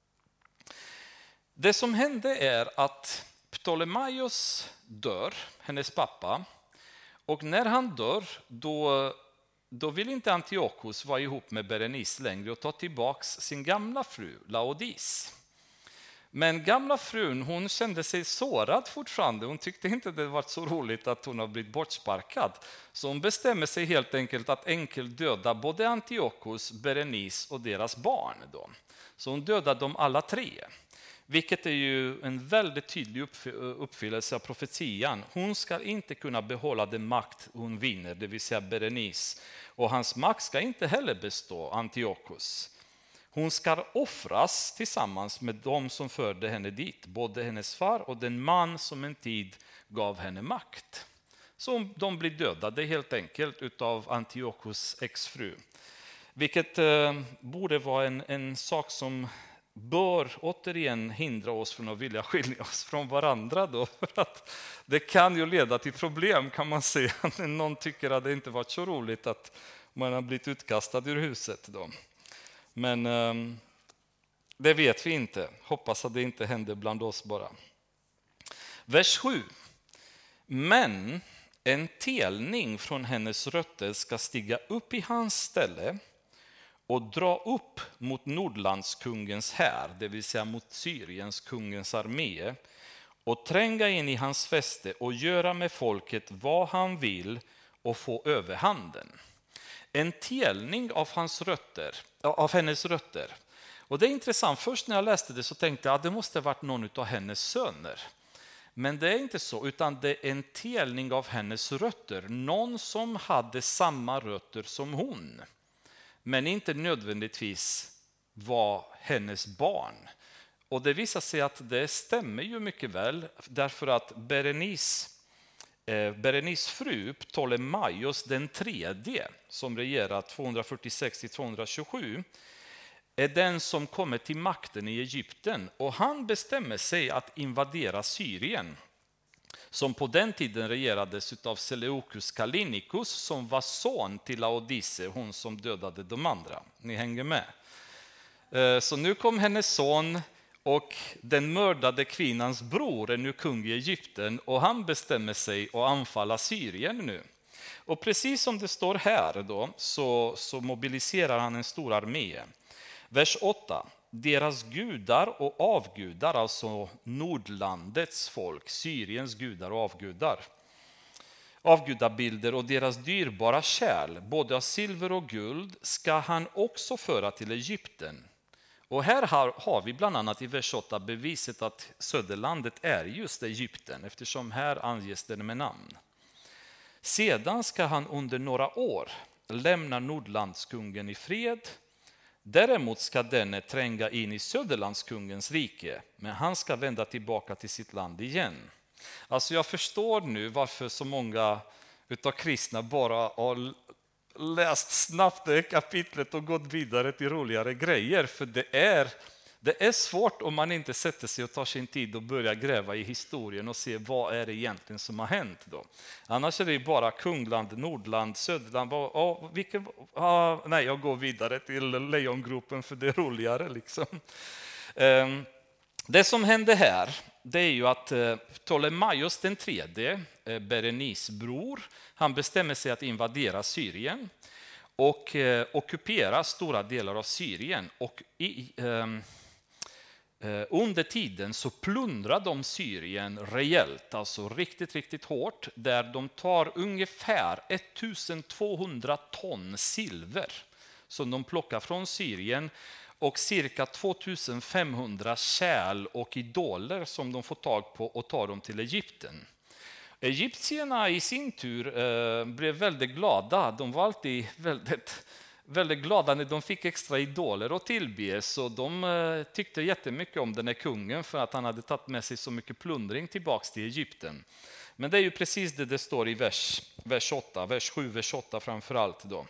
Det som hände är att Ptolemaios dör, hennes pappa, och när han dör då, då vill inte Antiochus vara ihop med Berenice längre och ta tillbaka sin gamla fru Laodice. Men gamla frun, hon kände sig sårad fortfarande. Hon tyckte inte det var så roligt att hon har blivit bortsparkad. Så hon bestämmer sig helt enkelt att enkelt döda både Antiochus, Berenice och deras barn. Då. Så hon dödar dem alla tre. Vilket är ju en väldigt tydlig uppfyllelse av profetian. Hon ska inte kunna behålla den makt hon vinner, det vill säga Berenice. Och hans makt ska inte heller bestå, Antiochus. Hon ska offras tillsammans med de som förde henne dit, både hennes far och den man som en tid gav henne makt. Så de blir dödade helt enkelt av Antiochus exfru. Vilket eh, borde vara en, en sak som bör återigen hindra oss från att vilja skilja oss från varandra. Då, för att det kan ju leda till problem, kan man säga. När någon tycker att det inte varit så roligt att man har blivit utkastad ur huset. Då. Men eh, det vet vi inte. Hoppas att det inte händer bland oss bara. Vers sju. Men en telning från hennes rötter ska stiga upp i hans ställe och dra upp mot Nordlandskungens här, det vill säga mot Syriens kungens armé, och tränga in i hans fäste och göra med folket vad han vill och få överhanden. En telning av, hans rötter, av hennes rötter. Och det är intressant, först när jag läste det så tänkte jag att det måste ha varit någon av hennes söner. Men det är inte så, utan det är en telning av hennes rötter. Någon som hade samma rötter som hon, men inte nödvändigtvis var hennes barn. Och det visar sig att det stämmer ju mycket väl, därför att Berenice, eh, Berenice fru Ptolemaios den tredje, som regerar tvåhundrafyrtiosex till tvåhundratjugosju, är den som kommer till makten i Egypten, och han bestämmer sig att invadera Syrien, som på den tiden regerades av Seleucus Kallinicus, som var son till Laodice, hon som dödade de andra. Ni hänger med. Så nu kom hennes son, och den mördade kvinnans bror är nu kung i Egypten, och han bestämmer sig att anfalla Syrien nu. Och precis som det står här då, så, så mobiliserar han en stor armé. Vers åtta. Deras gudar och avgudar, alltså Nordlandets folk, Syriens gudar och avgudar, avgudabilder och deras dyrbara kärl, både av silver och guld, ska han också föra till Egypten. Och här har, har vi bland annat i vers åtta beviset att söderlandet är just Egypten, eftersom här anges det med namn. Sedan ska han under några år lämna Nordlandskungen i fred. Däremot ska denne tränga in i Söderlandskungens rike, men han ska vända tillbaka till sitt land igen. Alltså jag förstår nu varför så många utav kristna bara har läst snabbt det kapitlet och gått vidare till roligare grejer. För det är, det är svårt om man inte sätter sig och tar sin tid och börjar gräva i historien och se vad är det egentligen som har hänt då. Annars är det bara Kungland, Nordland, Söderland. Oh, vilken, ah, nej, jag går vidare till lejongropen för det är roligare liksom. Um, det som hände här, det är ju att uh, Ptolemaios den tredje, uh, Berenice bror, han bestämmer sig att invadera Syrien och uh, ockupera stora delar av Syrien. Och i, um, uh, under tiden så plundrar de Syrien rejält, alltså riktigt, riktigt hårt, där de tar ungefär ettusentvåhundra ton silver som de plockar från Syrien, och cirka tvåtusenfemhundra kärl och idoler som de får tag på och tar dem till Egypten. Egyptierna i sin tur eh, blev väldigt glada. De var alltid väldigt, väldigt glada när de fick extra idoler och tillbe. Så de eh, tyckte jättemycket om den här kungen för att han hade tagit med sig så mycket plundring tillbaks till Egypten. Men det är ju precis det det står i vers, vers åtta, vers sju, vers åtta framför allt då.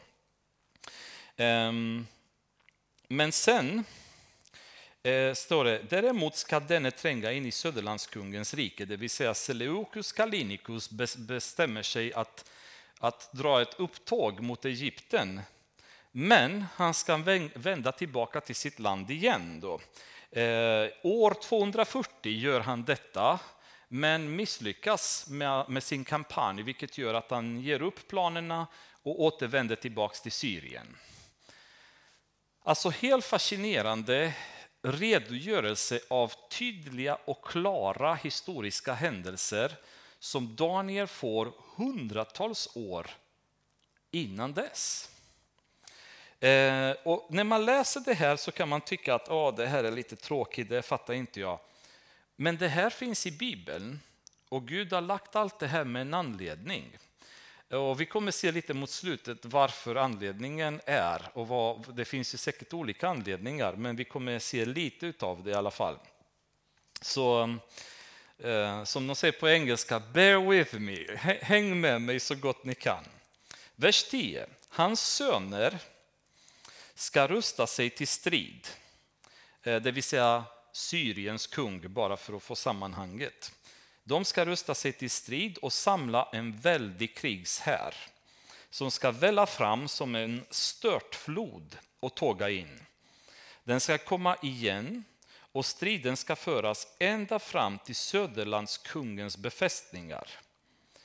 Um, Men sen eh, står det, däremot ska denne tränga in i Söderlandskungens rike, det vill säga Seleucus Kallinicus bestämmer sig att, att dra ett upptåg mot Egypten, men han ska vända tillbaka till sitt land igen då. Eh, år tvåhundrafyrtio gör han detta, men misslyckas med, med sin kampanj, vilket gör att han ger upp planerna och återvänder tillbaka till Syrien. Alltså helt fascinerande redogörelse av tydliga och klara historiska händelser som Daniel får hundratals år innan dess. Eh, och när man läser det här så kan man tycka att oh, det här är lite tråkigt, det fattar inte jag. Men det här finns i Bibeln, och Gud har lagt allt det här med en anledning. Och vi kommer se lite mot slutet varför anledningen är, och vad, det finns ju säkert olika anledningar, men vi kommer se lite av det i alla fall. Så eh, som de säger på engelska, bear with me, häng med mig så gott ni kan. Vers tio, hans söner ska rusta sig till strid, eh, det vill säga Syriens kung, bara för att få sammanhanget. De ska rusta sig till strid och samla en väldig krigshär som ska välla fram som en störtflod och tåga in. Den ska komma igen, och striden ska föras ända fram till Söderlandskungens befästningar.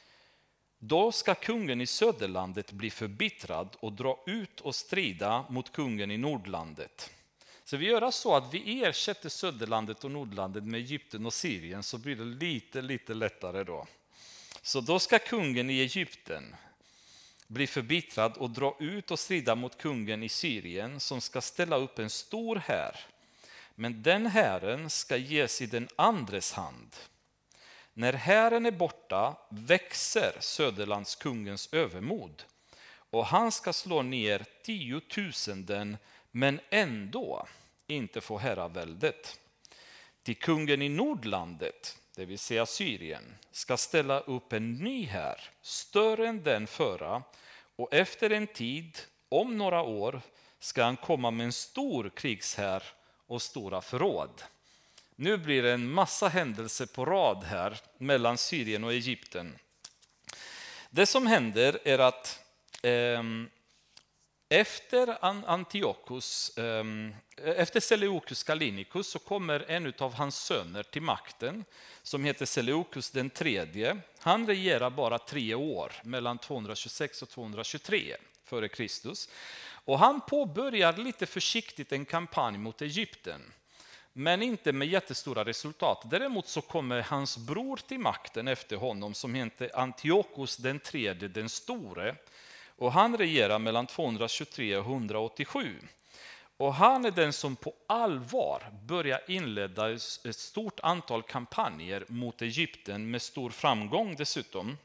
Då ska kungen i söderlandet bli förbittrad och dra ut och strida mot kungen i nordlandet. Så vi gör så att vi ersätter söderlandet och nordlandet med Egypten och Syrien, så blir det lite, lite lättare då. Så då ska kungen i Egypten bli förbittrad och dra ut och strida mot kungen i Syrien, som ska ställa upp en stor här. Men den hären ska ges i den andres hand. När hären är borta växer Söderlands kungens övermod, och han ska slå ner tiotusenden men ändå inte få herraväldet. Till kungen i nordlandet, det vill säga Syrien, ska ställa upp en ny här, större än den förra, och efter en tid, om några år, ska han komma med en stor krigshär och stora förråd. Nu blir det en massa händelser på rad här mellan Syrien och Egypten. Det som händer är att eh, efter Antiochus, eh, efter Seleucus Kallinicus, så kommer en av hans söner till makten som heter Seleucus den tredje. Han regerar bara tre år, mellan tvåhundratjugosex och tvåhundratjugotre före Kristus. Och han påbörjar lite försiktigt en kampanj mot Egypten, men inte med jättestora resultat. Däremot så kommer hans bror till makten efter honom, som heter Antiochus den tredje den store. Och han regerar mellan tvåhundratjugotre och etthundraåttiosju. Och han är den som på allvar börjar inleda ett stort antal kampanjer mot Egypten, med stor framgång dessutom.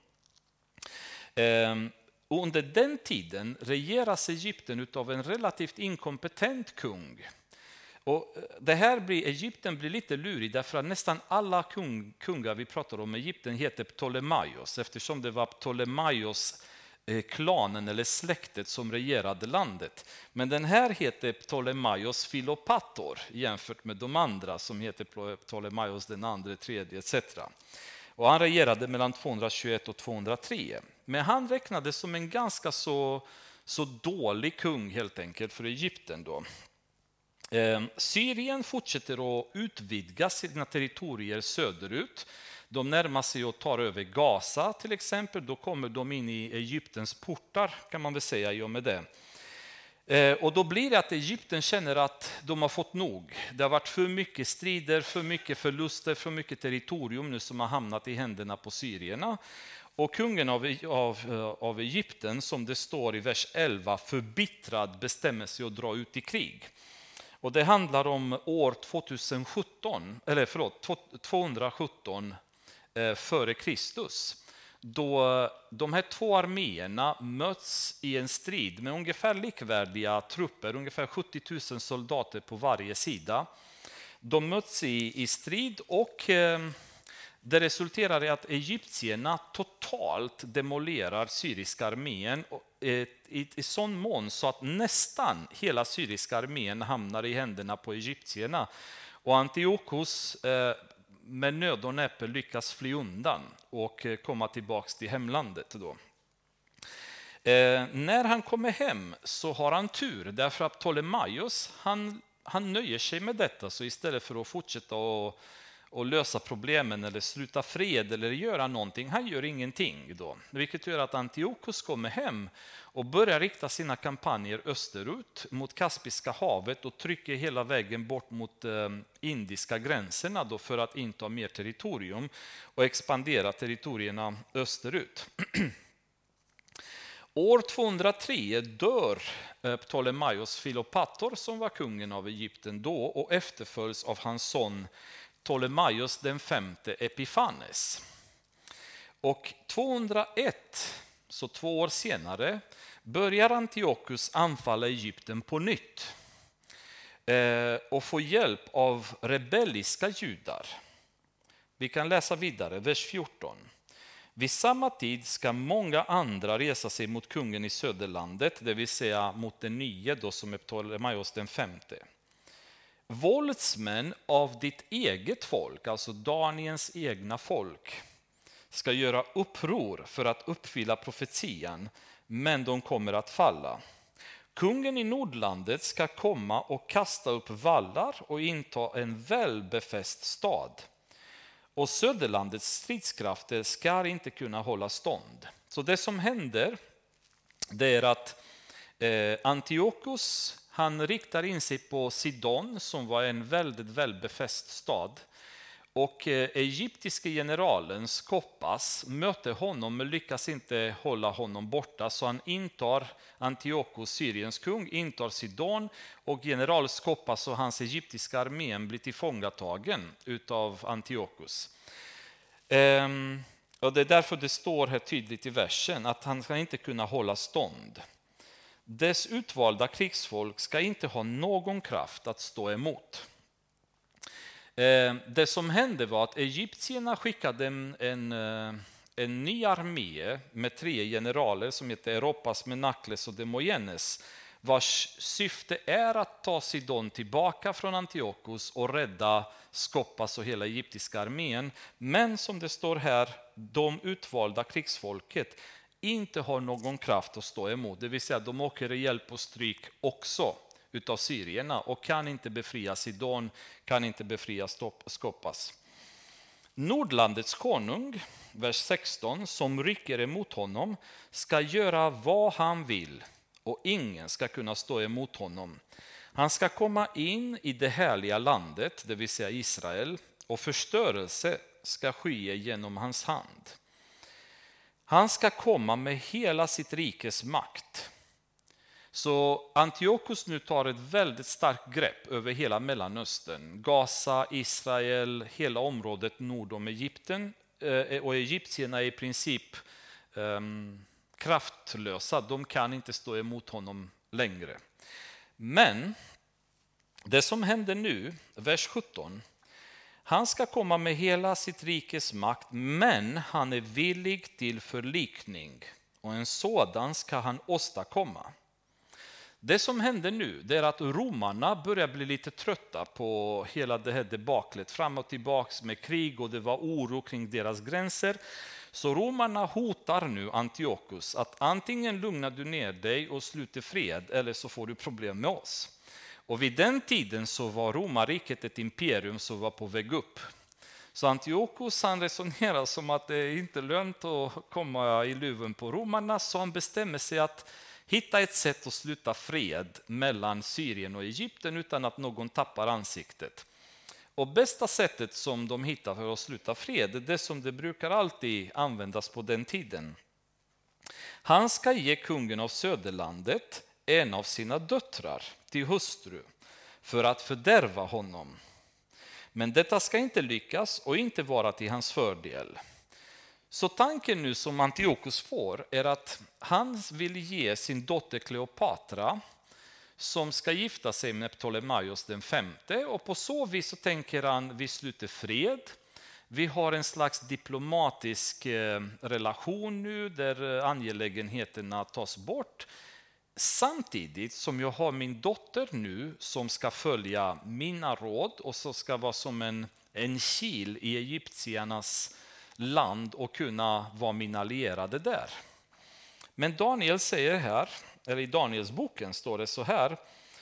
Och under den tiden regeras Egypten av en relativt inkompetent kung. Och det här blir, Egypten blir lite lurig, därför att nästan alla kung, kungar vi pratar om Egypten heter Ptolemaios, eftersom det var Ptolemaios eh, klanen eller släktet som regerade landet. Men den här heter Ptolemaios Philopator jämfört med de andra som heter Ptolemaios den andra, tredje et cetera. Och han regerade mellan tvåhundratjugoett och tvåhundratre. Men han räknades som en ganska så, så dålig kung helt enkelt för Egypten då. Eh, Syrien fortsätter att utvidga sina territorier söderut. De närmar sig och tar över Gaza till exempel. Då kommer de in i Egyptens portar, kan man väl säga, i och med det. Eh, och då blir det att Egypten känner att de har fått nog. Det har varit för mycket strider, för mycket förluster, för mycket territorium nu som har hamnat i händerna på syrierna. Och kungen av, av, av Egypten, som det står i vers elva, förbittrad bestämmer sig att dra ut i krig. Och det handlar om år tvåtusensjutton, eller förlåt, tvåhundrasjutton eh, före Kristus. Då de här två arméerna möts i en strid med ungefär likvärdiga trupper, ungefär sjuttio tusen soldater på varje sida. De möts i, i strid och eh, det resulterar i att egyptierna totalt demolerar syriska armén i, i, i sån mån så att nästan hela syriska armén hamnar i händerna på egyptierna. Och Antiochus eh, med nöd och näppe lyckas fly undan och komma tillbaka till hemlandet då. Eh, när han kommer hem så har han tur, därför att Ptolemaios han, han nöjer sig med detta, så istället för att fortsätta och och lösa problemen eller sluta fred eller göra någonting, han gör ingenting då. Vilket gör att Antiochus kommer hem och börjar rikta sina kampanjer österut mot Kaspiska havet och trycker hela vägen bort mot eh, indiska gränserna då, för att inta mer territorium och expandera territorierna österut. År tvåhundratre dör Ptolemaios Philopator, som var kungen av Egypten då, och efterföljs av hans son Ptolemaios den femte Epiphanes. Och tvåhundraett, så två år senare, börjar Antiochus anfalla Egypten på nytt eh, och få hjälp av rebelliska judar. Vi kan läsa vidare, vers fjorton. Vid samma tid ska många andra resa sig mot kungen i söderlandet, det vill säga mot den nya då, som är Ptolemaios den femte. Våldsmän av ditt eget folk, alltså Daniens egna folk, ska göra uppror för att uppfylla profetian, men de kommer att falla. Kungen i nordlandet ska komma och kasta upp vallar och inta en välbefäst stad. Och söderlandets stridskrafter ska inte kunna hålla stånd. Så det som händer, det är att eh, Antiochus, han riktar in sig på Sidon som var en väldigt välbefäst stad. Och eh, egyptiska generalen Skoppas möter honom men lyckas inte hålla honom borta. Så han intar Antiochus, Syriens kung, intar Sidon, och general Skoppas och hans egyptiska armén blir tillfångatagen utav Antiochus. Ehm, och det är därför det står här tydligt i versen att han ska inte kunna hålla stånd. Dess utvalda krigsfolk ska inte ha någon kraft att stå emot. Det som hände var att egyptierna skickade en, en, en ny armé med tre generaler som heter Eropas, Menakles och Demogenes, vars syfte är att ta Sidon tillbaka från Antiochus och rädda Skoppas och hela egyptiska armén. Men som det står här, de utvalda krigsfolket inte har någon kraft att stå emot. Det vill säga de åker i hjälp och stryk också utav syrierna och kan inte befria Sidon, kan inte befria Skoppas. Nordlandets konung, vers sexton, som rycker emot honom ska göra vad han vill och ingen ska kunna stå emot honom. Han ska komma in i det härliga landet, det vill säga Israel, och förstörelse ska ske genom hans hand. Han ska komma med hela sitt rikes makt. Så Antiochus nu tar ett väldigt starkt grepp över hela Mellanöstern. Gaza, Israel, hela området nord om Egypten. Och egyptierna är i princip um, kraftlösa. De kan inte stå emot honom längre. Men det som händer nu, vers sjutton. Han ska komma med hela sitt rikes makt, men han är villig till förlikning. Och en sådan ska han åstadkomma. Det som händer nu, det är att romarna börjar bli lite trötta på hela det här debaklet, fram och tillbaks med krig, och det var oro kring deras gränser. Så romarna hotar nu Antiochus att antingen lugnar du ner dig och sluter fred, eller så får du problem med oss. Och vid den tiden så var romarriket ett imperium som var på väg upp. Så Antiochus, han resonerar som att det inte är lönt att komma i luven på romarna, så han bestämmer sig att hitta ett sätt att sluta fred mellan Syrien och Egypten utan att någon tappar ansiktet. Och bästa sättet som de hittar för att sluta fred är det som det brukar alltid användas på den tiden. Han ska ge kungen av Söderlandet en av sina döttrar till hustru för att fördärva honom. Men detta ska inte lyckas och inte vara till hans fördel. Så tanken nu som Antiochus får är att han vill ge sin dotter Kleopatra, som ska gifta sig med Ptolemaios den femte, och på så vis så tänker han vi sluter fred. Vi har en slags diplomatisk relation nu där angelägenheterna tas bort. Samtidigt som jag har min dotter nu som ska följa mina råd och så ska vara som en, en kil i egyptiernas land och kunna vara min allierade där. Men Daniel säger här, eller i Daniels boken står det så här.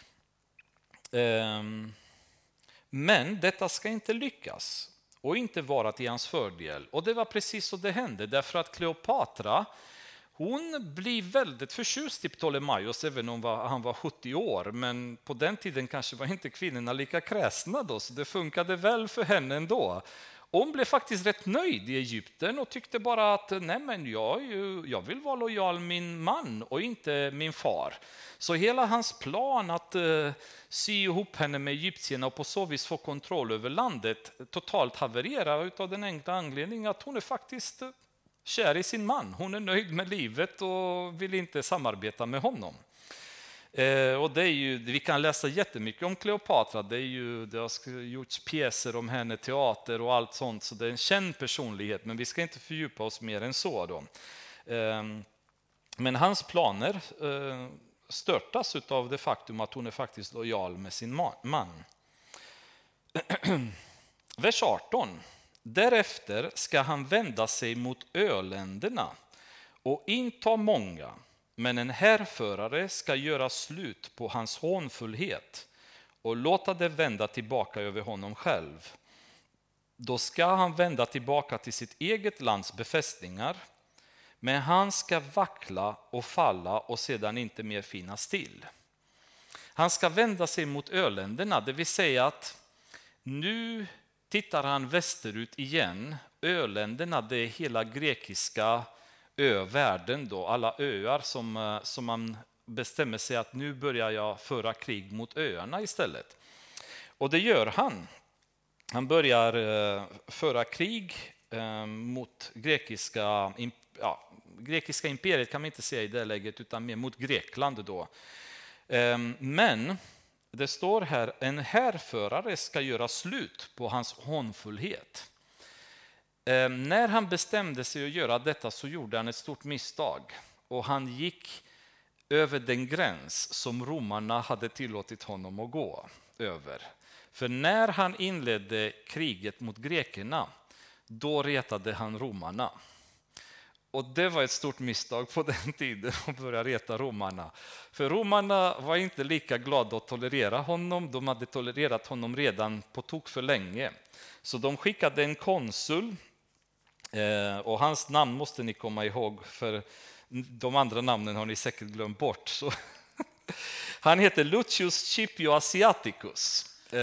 Ehm, men detta ska inte lyckas och inte vara till hans fördel. Och det var precis så det hände, därför att Kleopatra, hon blir väldigt förtjust i Ptolemaios även om han var sjuttio år. Men på den tiden kanske var inte kvinnorna lika kräsna då, så det funkade väl för henne ändå. Hon blev faktiskt rätt nöjd i Egypten och tyckte bara att nej men jag, jag vill vara lojal min man och inte min far. Så hela hans plan att uh, sy ihop henne med egyptierna och på så vis få kontroll över landet totalt havererar utav den enkla anledningen att hon är faktiskt uh, kär i sin man. Hon är nöjd med livet och vill inte samarbeta med honom. Eh, och det är ju, vi kan läsa jättemycket om Kleopatra. Det, är ju, det har gjorts pjäser om henne, teater och allt sånt. Så det är en känd personlighet, men vi ska inte fördjupa oss mer än så. Då. Eh, men hans planer eh, störtas av det faktum att hon är faktiskt lojal med sin man. Vers arton. Därefter ska han vända sig mot öländerna och inta många, men en härförare ska göra slut på hans hånfullhet och låta det vända tillbaka över honom själv. Då ska han vända tillbaka till sitt eget lands befästningar, Men han ska vackla och falla och sedan inte mer finnas till. Han ska vända sig mot öländerna, det vill säga att nu tittar han västerut igen. Öländerna, det är hela grekiska övärlden då, alla öar som, som man bestämmer sig att nu börjar jag föra krig mot öarna istället. Och det gör han. Han börjar eh, föra krig eh, mot grekiska, ja, grekiska imperiet kan man inte säga i det läget, utan mer mot Grekland då. Eh, men det står här, en härförare ska göra slut på hans hånfullhet. Eh, när han bestämde sig att göra detta så gjorde han ett stort misstag. Och han gick över den gräns som romarna hade tillåtit honom att gå över. För när han inledde kriget mot grekerna, då retade han romarna. Och det var ett stort misstag på den tiden att börja reta romarna. För romarna var inte lika glada att tolerera honom. De hade tolererat honom redan på tok för länge. Så de skickade en konsul. Och hans namn måste ni komma ihåg, för de andra namnen har ni säkert glömt bort. Så han heter Lucius Scipio Asiaticus.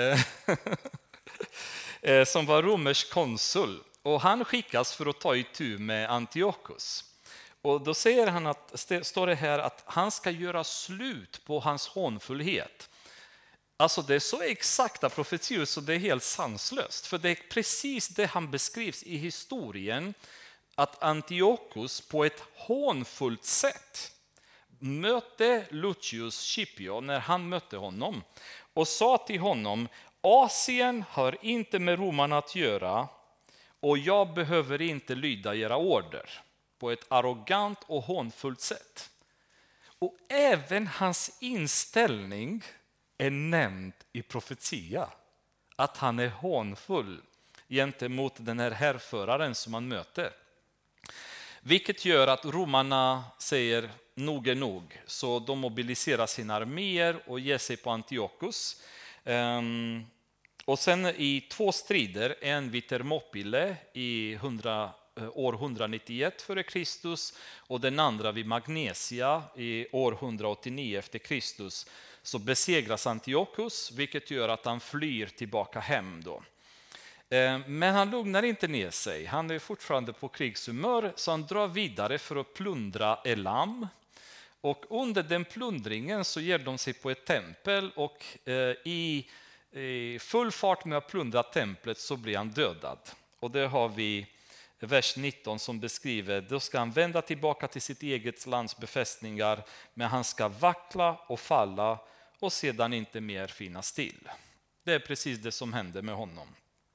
Som var romersk konsul. Och han skickas för att ta itu med Antiochus. Och då säger han att, står det här att han ska göra slut på hans hånfullhet. Alltså det är så exakta profetior så det är helt sanslöst. För det är precis det han beskrivs i historien. Att Antiochus på ett hånfullt sätt mötte Lucius Scipio när han mötte honom. Och sa till honom, Asien har inte med romarna att göra. Och jag behöver inte lyda era order, på ett arrogant och hånfullt sätt. Och även hans inställning är nämnd i profetia. Att han är hånfull gentemot den här härföraren som han möter. Vilket gör att romarna säger nog är nog. Så de mobiliserar sina arméer och ger sig på Antiochus. Um, Och sen i två strider, en vid Thermopyle i hundra, år hundranittioett före Kristus och den andra vid Magnesia i år hundraåttionio efter Kristus, så besegras Antiochus, vilket gör att han flyr tillbaka hem då. Men han lugnar inte ner sig, han är fortfarande på krigshumör, så han drar vidare för att plundra Elam. Och under den plundringen så ger de sig på ett tempel och i I full fart med att plundra templet så blir han dödad. Och det har vi vers nitton som beskriver, då ska han vända tillbaka till sitt eget lands befästningar, men han ska vackla och falla och sedan inte mer finnas till. Det är precis det som hände med honom.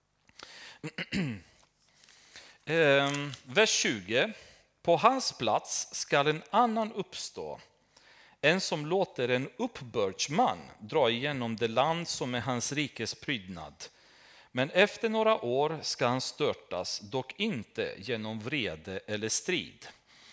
Vers tjugo. På hans plats ska en annan uppstå, en som låter en uppbördsman dra igenom det land som är hans rikes prydnad. Men efter några år ska han störtas, dock inte genom vrede eller strid.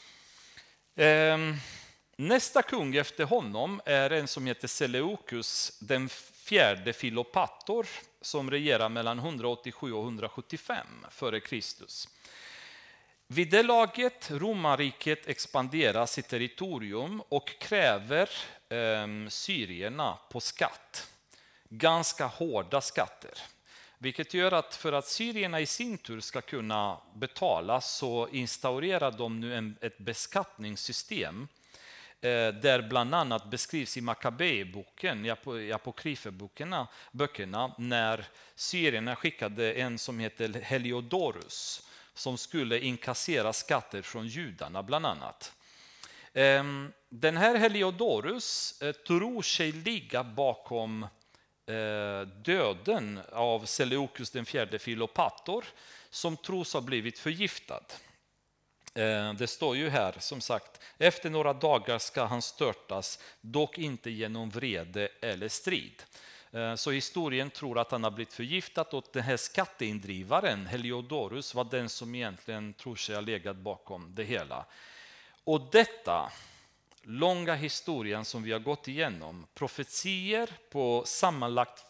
Nästa kung efter honom är en som heter Seleucus, den fjärde Filopator, som regerar mellan hundraåttiosju och hundrasjuttiofem före Kristus. Vid det laget romarriket expanderar sitt territorium och kräver eh, syrierna på skatt. Ganska hårda skatter. Vilket gör att för att syrierna i sin tur ska kunna betala så instaurerar de nu en, ett beskattningssystem eh, där bland annat beskrivs i Makabeiboken, i apokryfeböckerna, böckerna, när syrierna skickade en som heter Heliodorus som skulle inkassera skatter från judarna bland annat. Den här Heliodorus tror sig ligga bakom döden av Seleucus den fjärde Filopator, som tros ha blivit förgiftad. Det står ju här som sagt, efter några dagar ska han störtas, dock inte genom vrede eller strid. Så historien tror att han har blivit förgiftad, och den här skatteindrivaren Heliodorus var den som egentligen tror sig ha legat bakom det hela. Och detta långa historien som vi har gått igenom, profetier på sammanlagt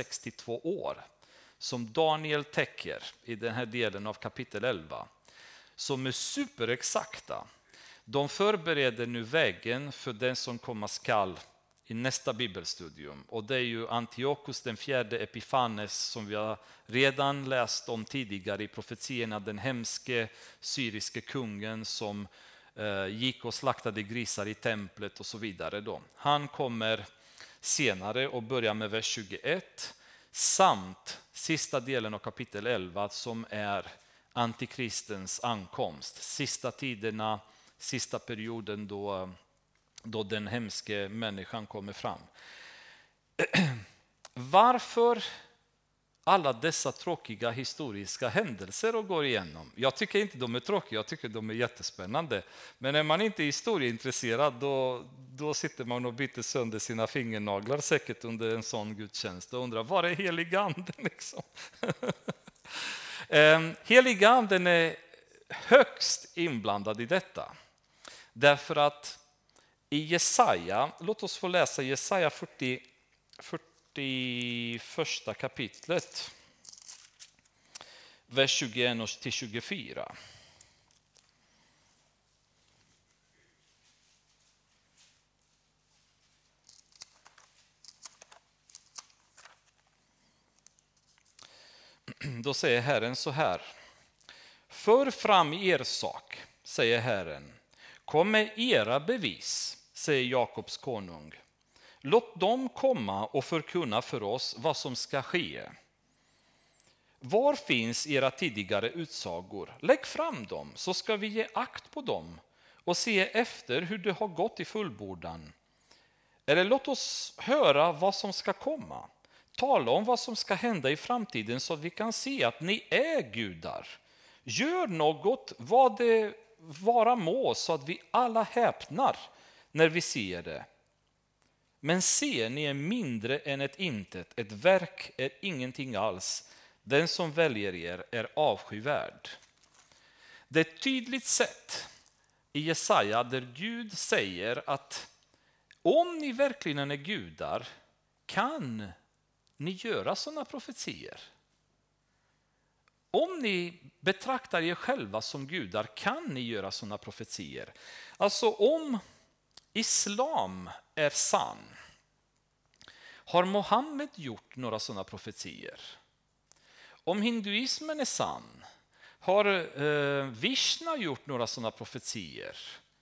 fyrahundrasextiotvå år som Daniel täcker i den här delen av kapitel elva. som är superexakta. De förbereder nu vägen för den som komma skall i nästa bibelstudium. Och det är ju Antiochus den fjärde Epifanes som vi har redan läst om tidigare i profetierna. Den hemske syriske kungen som eh, gick och slaktade grisar i templet och så vidare. Då. Han kommer senare och börjar med vers tjugoett. Samt sista delen av kapitel elva som är antikristens ankomst. Sista tiderna, sista perioden då, då den hemske människan kommer fram. Varför alla dessa tråkiga historiska händelser och går igenom? Jag tycker inte de är tråkiga, jag tycker de är jättespännande. Men när man inte är historieintresserad då, då sitter man och biter sönder sina fingernaglar säkert under en sån gudstjänst och undrar, var är heliga anden liksom? Heliga anden är högst inblandad i detta. Därför att i Jesaja, låt oss få läsa Jesaja fyrtio, fyrtioförsta kapitlet, vers tjugoett till tjugofyra. Då säger Herren så här: för fram er sak, säger Herren. Kom med era bevis, säger Jakobs konung. Låt dem komma och förkunna för oss vad som ska ske. Var finns era tidigare utsagor? Lägg fram dem, så ska vi ge akt på dem och se efter hur det har gått i fullbordan. Eller låt oss höra vad som ska komma. Tala om vad som ska hända i framtiden så att vi kan se att ni är gudar. Gör något vad det vara må så att vi alla häpnar när vi ser det. Men se, ni är mindre än ett intet, ett verk är ingenting alls. Den som väljer er är avskyvärd. Det är ett tydligt sätt i Jesaja där Gud säger att om ni verkligen är gudar kan ni göra sådana profetier. Om ni betraktar er själva som gudar kan ni göra sådana profetier. Alltså om islam är sann, har Mohammed gjort några sådana profetier? Om hinduismen är sann, har eh, Vishnu gjort några sådana profetier?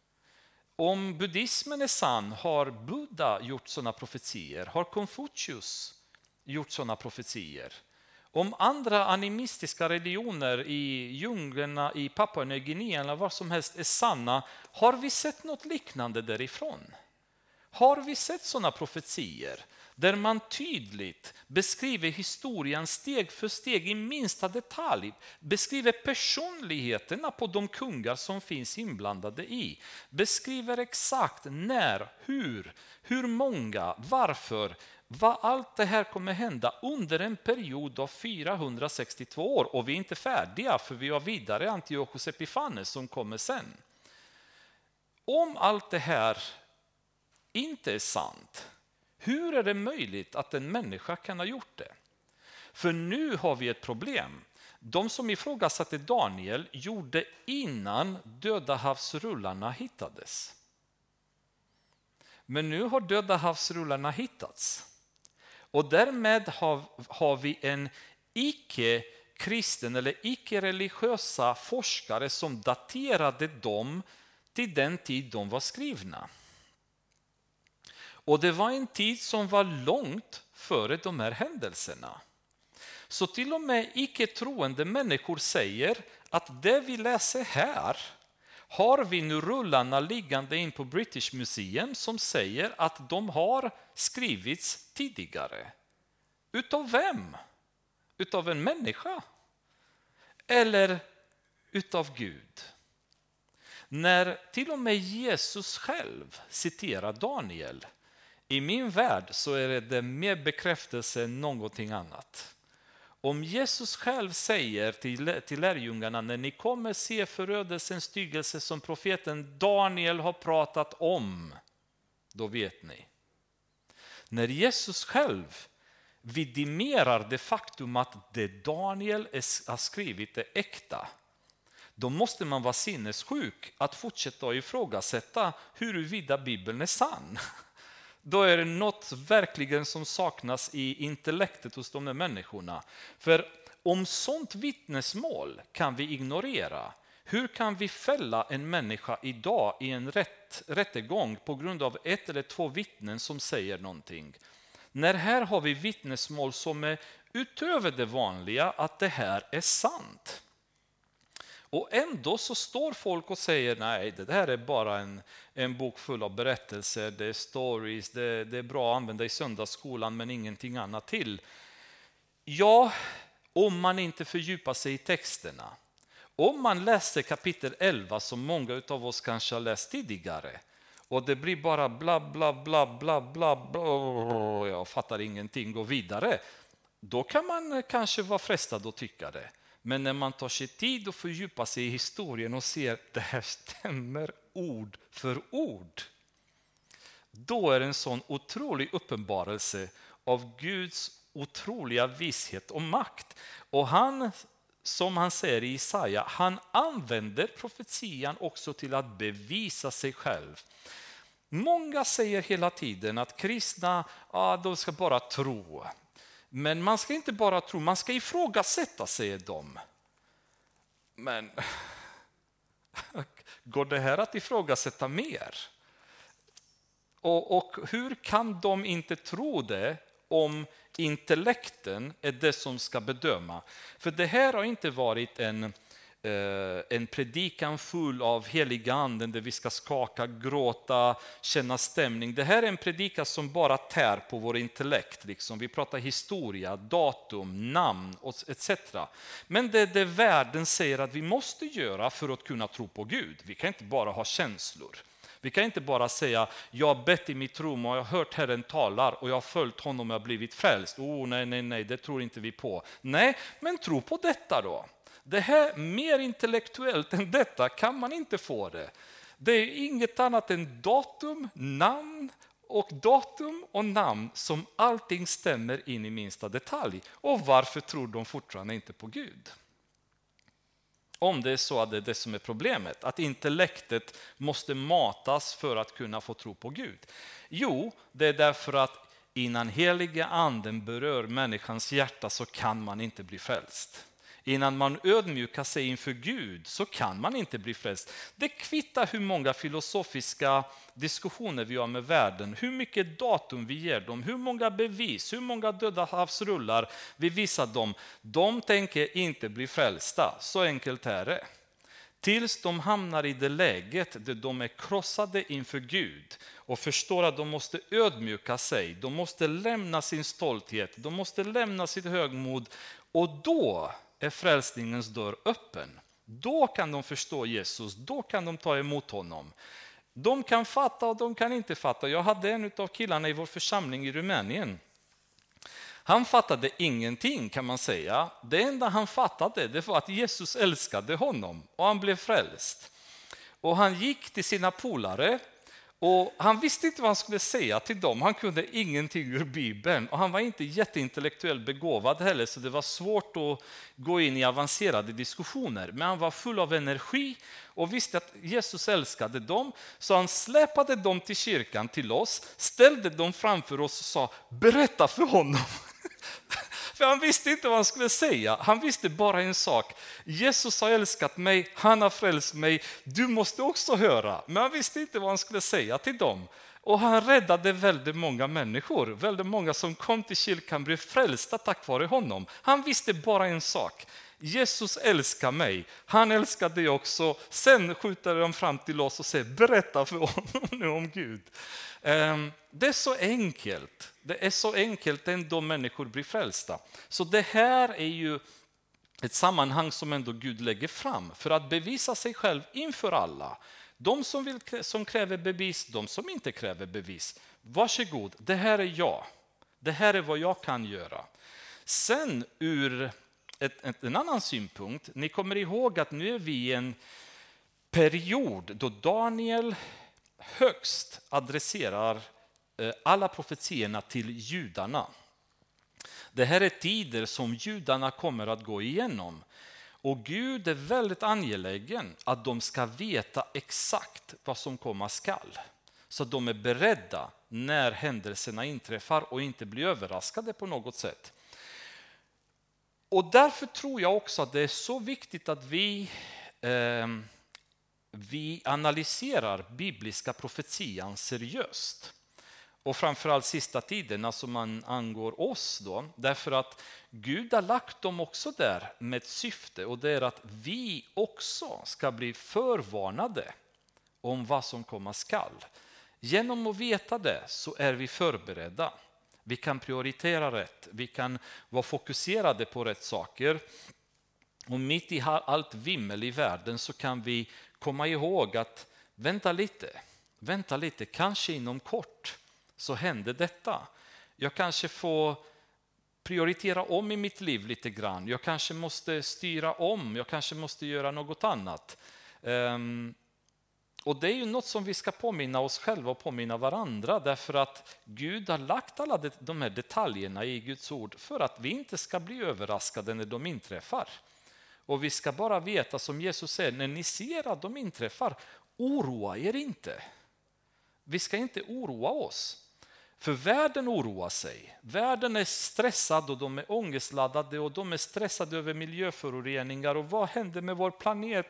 Om buddhismen är sann, har Buddha gjort sådana profetier? Har Konfucius gjort sådana profetier? Om andra animistiska religioner i djunglerna i Papua Nya Guinea eller vad som helst är sanna, har vi sett något liknande därifrån? Har vi sett sådana profetier där man tydligt beskriver historien steg för steg i minsta detalj, beskriver personligheterna på de kungar som finns inblandade i, beskriver exakt när, hur, hur många, varför, vad allt det här kommer hända under en period av fyrahundrasextiotvå år. Och vi är inte färdiga för vi har vidare Antiochus Epifanes som kommer sen. Om allt det här inte är sant, hur är det möjligt att en människa kan ha gjort det? För nu har vi ett problem. De som ifrågasatte Daniel gjorde innan Döda havsrullarna hittades. Men nu har Döda havsrullarna hittats. Och därmed har, har vi en icke-kristen eller icke-religiösa forskare som daterade dem till den tid de var skrivna. Och det var en tid som var långt före de här händelserna. Så till och med icke-troende människor säger att det vi läser här har vi nu rullarna liggande in på British Museum som säger att de har skrivits tidigare. Utav vem? Utav en människa? Eller utav Gud? När till och med Jesus själv citerar Daniel, i min värld så är det mer bekräftelse än någonting annat. Om Jesus själv säger till, till lärjungarna, när ni kommer se förödelsens styggelse som profeten Daniel har pratat om, då vet ni. När Jesus själv vidimerar det faktum att det Daniel har skrivit är äkta, då måste man vara sinnessjuk att fortsätta att ifrågasätta huruvida Bibeln är sann. Då är det något verkligen som saknas i intellektet hos de här människorna. För om sånt vittnesmål kan vi ignorera, hur kan vi fälla en människa idag i en rätt, rättegång på grund av ett eller två vittnen som säger någonting? När här har vi vittnesmål som är utöver det vanliga att det här är sant. Och ändå så står folk och säger nej, det här är bara en, en bok full av berättelser, det är stories, det, det är bra att använda i söndagsskolan men ingenting annat till. Ja, om man inte fördjupar sig i texterna. Om man läser kapitel elva som många av oss kanske har läst tidigare och det blir bara bla bla bla bla bla bla, jag fattar ingenting, gå vidare. Då kan man kanske vara frestad att tycka det. Men när man tar sig tid och fördjupar sig i historien och ser att det här stämmer ord för ord, då är det en sån otrolig uppenbarelse av Guds otroliga vishet och makt. Och han, som han säger i Jesaja, han använder profetian också till att bevisa sig själv. Många säger hela tiden att kristna, ja, de ska bara tro. Men man ska inte bara tro, man ska ifrågasätta, säger de. Men går det här att ifrågasätta mer? Och, och hur kan de inte tro det om intellekten är det som ska bedöma? För det här har inte varit en, eh, en predikan full av heliga anden där vi ska skaka, gråta, känna stämning. Det här är en predikan som bara tär på vår intellekt. Liksom. Vi pratar historia, datum, namn et cetera. Men det är det världen säger att vi måste göra för att kunna tro på Gud. Vi kan inte bara ha känslor. Vi kan inte bara säga, jag har bett i mitt rum och jag har hört Herren talar och jag har följt honom och jag har blivit frälst. Oh nej, nej, nej, det tror inte vi på. Nej, men tro på detta då. Det här mer intellektuellt än detta kan man inte få det. Det är inget annat än datum, namn och datum och namn som allting stämmer in i minsta detalj. Och varför tror de fortfarande inte på Gud? Om det är så att det är det som är problemet, att intellektet måste matas för att kunna få tro på Gud. Jo, det är därför att innan heliga anden berör människans hjärta så kan man inte bli frälst. Innan man ödmjukar sig inför Gud så kan man inte bli frälst. Det kvittar hur många filosofiska diskussioner vi har med världen, hur mycket datum vi ger dem, hur många bevis, hur många döda havsrullar vi visar dem. De tänker inte bli frälsta, så enkelt är det. Tills de hamnar i det läget där de är krossade inför Gud och förstår att de måste ödmjuka sig, de måste lämna sin stolthet, de måste lämna sitt högmod, och då är frälsningens dörr öppen. Då kan de förstå Jesus, då kan de ta emot honom. De kan fatta och de kan inte fatta. Jag hade en av killarna i vår församling i Rumänien. Han fattade ingenting, kan man säga. Det enda han fattade, det var att Jesus älskade honom och han blev frälst. Och han gick till sina polare och han visste inte vad han skulle säga till dem. Han kunde ingenting ur Bibeln och han var inte jätteintellektuellt begåvad heller, så det var svårt att gå in i avancerade diskussioner. Men han var full av energi och visste att Jesus älskade dem, så han släpade dem till kyrkan, till oss, ställde dem framför oss och sa, berätta för honom. För han visste inte vad han skulle säga. Han visste bara en sak. Jesus har älskat mig, han har frälst mig, du måste också höra. Men han visste inte vad han skulle säga till dem. Och han räddade väldigt många människor. Väldigt många som kom till kyrkan blev frälsta tack vare honom. Han visste bara en sak. Jesus älskar mig, han älskar dig också. Sen skjuter de fram till oss och säger, berätta för honom nu om Gud. Det är så enkelt. Det är så enkelt ändå människor blir frälsta. Så det här är ju ett sammanhang som ändå Gud lägger fram för att bevisa sig själv inför alla. De som, vill, som kräver bevis, de som inte kräver bevis. Varsågod, det här är jag. Det här är vad jag kan göra. Sen ur ett, ett, en annan synpunkt, ni kommer ihåg att nu är vi i en period då Daniel högst adresserar alla profetierna till judarna. Det här är tider som judarna kommer att gå igenom. Och Gud är väldigt angelägen att de ska veta exakt vad som komma skall. Så att de är beredda när händelserna inträffar och inte blir överraskade på något sätt. Och därför tror jag också att det är så viktigt att vi, eh, vi analyserar bibliska profetian seriöst. Och framförallt sista tiderna som man angår oss då. Därför att Gud har lagt dem också där med ett syfte. Och det är att vi också ska bli förvarnade om vad som komma skall. Genom att veta det så är vi förberedda. Vi kan prioritera rätt. Vi kan vara fokuserade på rätt saker. Och mitt i allt vimmel i världen så kan vi komma ihåg att vänta lite. Vänta lite, kanske inom kort så händer detta. Jag kanske får prioritera om i mitt liv lite grann. Jag kanske måste styra om. Jag kanske måste göra något annat. Um, och det är ju något som vi ska påminna oss själva och påminna varandra. Därför att Gud har lagt alla de här detaljerna i Guds ord för att vi inte ska bli överraskade när de inträffar. Och vi ska bara veta, som Jesus säger, när ni ser att de inträffar, oroa er inte. Vi ska inte oroa oss. För världen oroar sig. Världen är stressad och de är ångestladdade och de är stressade över miljöföroreningar. Och vad händer med vår planet?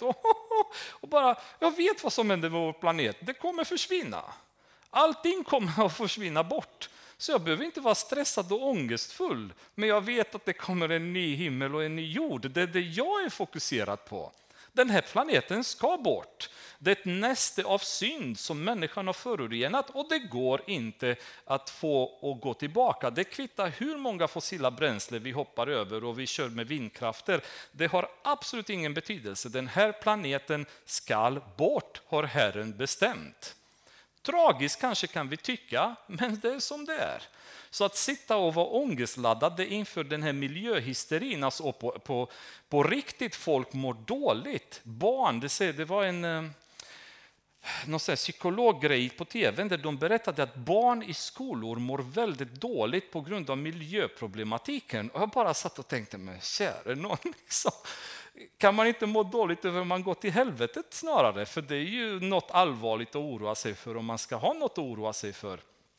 Och bara, jag vet vad som händer med vår planet. Det kommer försvinna. Allting kommer att försvinna bort. Så jag behöver inte vara stressad och ångestfull. Men jag vet att det kommer en ny himmel och en ny jord. Det är det jag är fokuserad på. Den här planeten ska bort. Det är ett näste av synd som människan har förorenat och det går inte att få att gå tillbaka. Det kvittar hur många fossila bränsle vi hoppar över och vi kör med vindkrafter. Det har absolut ingen betydelse. Den här planeten ska bort, har Herren bestämt. Tragiskt kanske kan vi tycka, men det är som det är. Så att sitta och vara ångestladdade inför den här miljöhysterin, alltså på, på, på riktigt folk mår dåligt. Barn, det, säger, det var en eh, någon sån här psykologgrej på tv där de berättade att barn i skolor mår väldigt dåligt på grund av miljöproblematiken. Och jag bara satt och tänkte mig, käre någon, liksom. Kan man inte må dåligt över att man går till helvetet snarare? För det är ju något allvarligt att oroa sig för om man ska ha något att oroa sig för.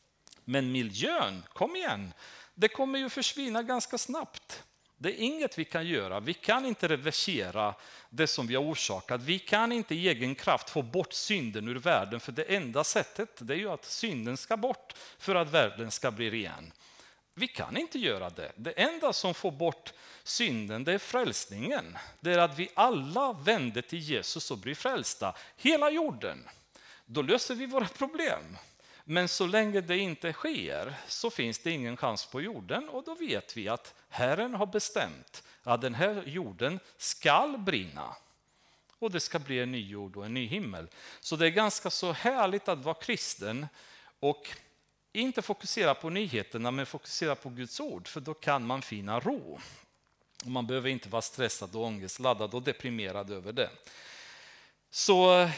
Men miljön, kom igen, det kommer ju försvinna ganska snabbt. Det är inget vi kan göra. Vi kan inte reversera det som vi har orsakat. Vi kan inte i egen kraft få bort synden ur världen. För det enda sättet det är ju att synden ska bort för att världen ska bli ren. Vi kan inte göra det. Det enda som får bort synden, det är frälsningen. Det är att vi alla vänder till Jesus och blir frälsta. Hela jorden. Då löser vi våra problem. Men så länge det inte sker så finns det ingen chans på jorden. Och då vet vi att Herren har bestämt att den här jorden ska brinna. Och det ska bli en ny jord och en ny himmel. Så det är ganska så härligt att vara kristen och inte fokusera på nyheterna men fokusera på Guds ord. För då kan man finna ro. Och man behöver inte vara stressad och ångestladdad och deprimerad över det. Så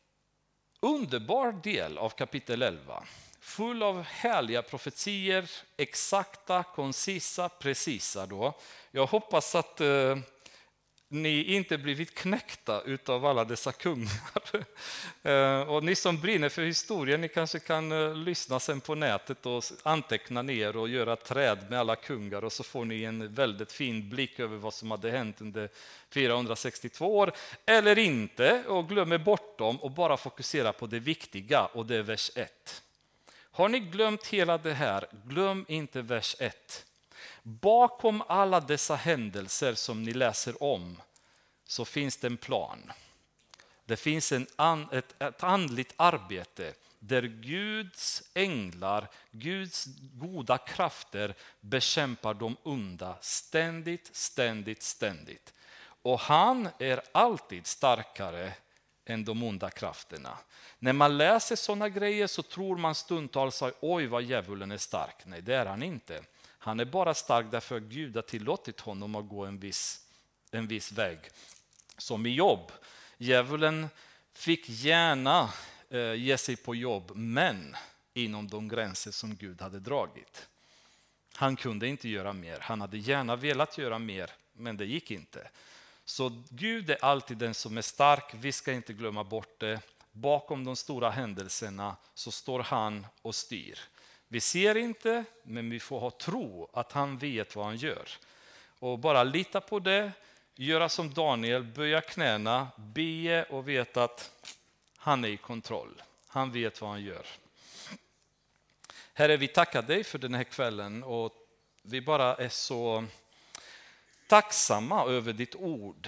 underbar del av kapitel elva. Full av härliga profetier, exakta, koncisa, precisa då. Jag hoppas att eh, ni inte blivit knäckta utav alla dessa kungar. eh, och ni som brinner för historien, ni kanske kan eh, lyssna sen på nätet och anteckna ner och göra träd med alla kungar och så får ni en väldigt fin blick över vad som hade hänt under fyrahundrasextiotvå år. Eller inte, och glömmer bort dem och bara fokusera på det viktiga och det är vers ett. Har ni glömt hela det här, glöm inte vers ett. Bakom alla dessa händelser som ni läser om så finns det en plan. Det finns en an, ett, ett andligt arbete där Guds änglar, Guds goda krafter bekämpar de onda ständigt, ständigt, ständigt. Och han är alltid starkare än de onda krafterna. När man läser sådana grejer så tror man stundtals att oj vad djävulen är stark. Nej, det är han inte. Han är bara stark därför att Gud har tillåtit honom att gå en viss, en viss väg. Som i jobb. Djävulen fick gärna eh, ge sig på jobb, men inom de gränser som Gud hade dragit. Han kunde inte göra mer. Han hade gärna velat göra mer, men det gick inte. Så Gud är alltid den som är stark, vi ska inte glömma bort det. Bakom de stora händelserna så står han och styr. Vi ser inte, men vi får ha tro att han vet vad han gör. Och bara lita på det, göra som Daniel, böja knäna, be och veta att han är i kontroll. Han vet vad han gör. Herre, vi tackar dig för den här kvällen och vi bara är så tacksamma över ditt ord.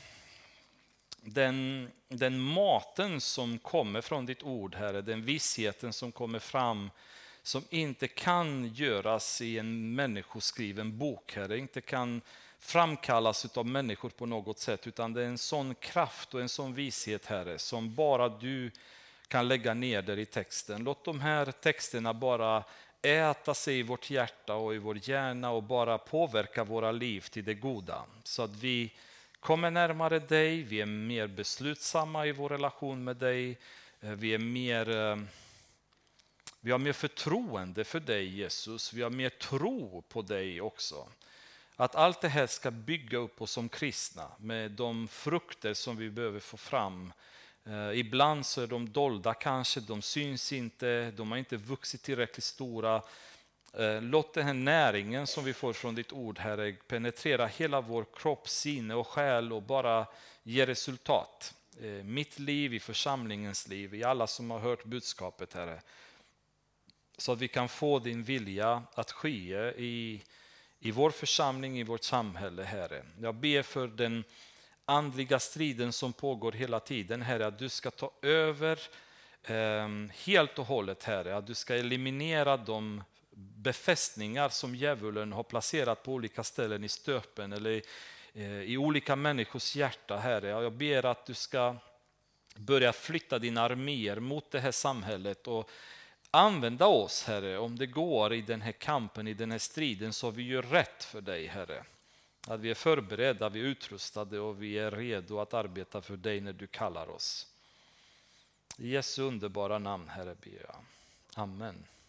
Den, den maten som kommer från ditt ord, Herre, den vissheten som kommer fram, som inte kan göras i en människoskriven bok, Herre, inte kan framkallas av människor på något sätt, utan det är en sån kraft och en sån vishet, Herre, som bara du kan lägga ner där i texten. Låt de här texterna bara äta sig i vårt hjärta och i vår hjärna och bara påverka våra liv till det goda, så att vi kommer närmare dig, vi är mer beslutsamma i vår relation med dig, vi är mer, vi har mer förtroende för dig, Jesus, vi har mer tro på dig också. Att allt det här ska bygga upp oss som kristna med de frukter som vi behöver få fram. Ibland så är de dolda kanske, de syns inte, de har inte vuxit tillräckligt stora. Låt den här näringen som vi får från ditt ord, Herre, penetrera hela vår kropp, sinne och själ och bara ge resultat. Mitt liv, i församlingens liv, i alla som har hört budskapet, Herre. Så att vi kan få din vilja att ske i, i vår församling, i vårt samhälle, Herre. Jag ber för den andliga striden som pågår hela tiden, Herre, att du ska ta över eh, helt och hållet, Herre. Att du ska eliminera de befästningar som djävulen har placerat på olika ställen i stöpen eller eh, i olika människors hjärta, Herre. Jag ber att du ska börja flytta dina arméer mot det här samhället och använda oss, Herre, om det går i den här kampen, i den här striden, så vi gör rätt för dig, Herre. Att vi är förberedda, vi är utrustade och vi är redo att arbeta för dig när du kallar oss. I Jesu underbara namn, Herre, ber jag. Amen.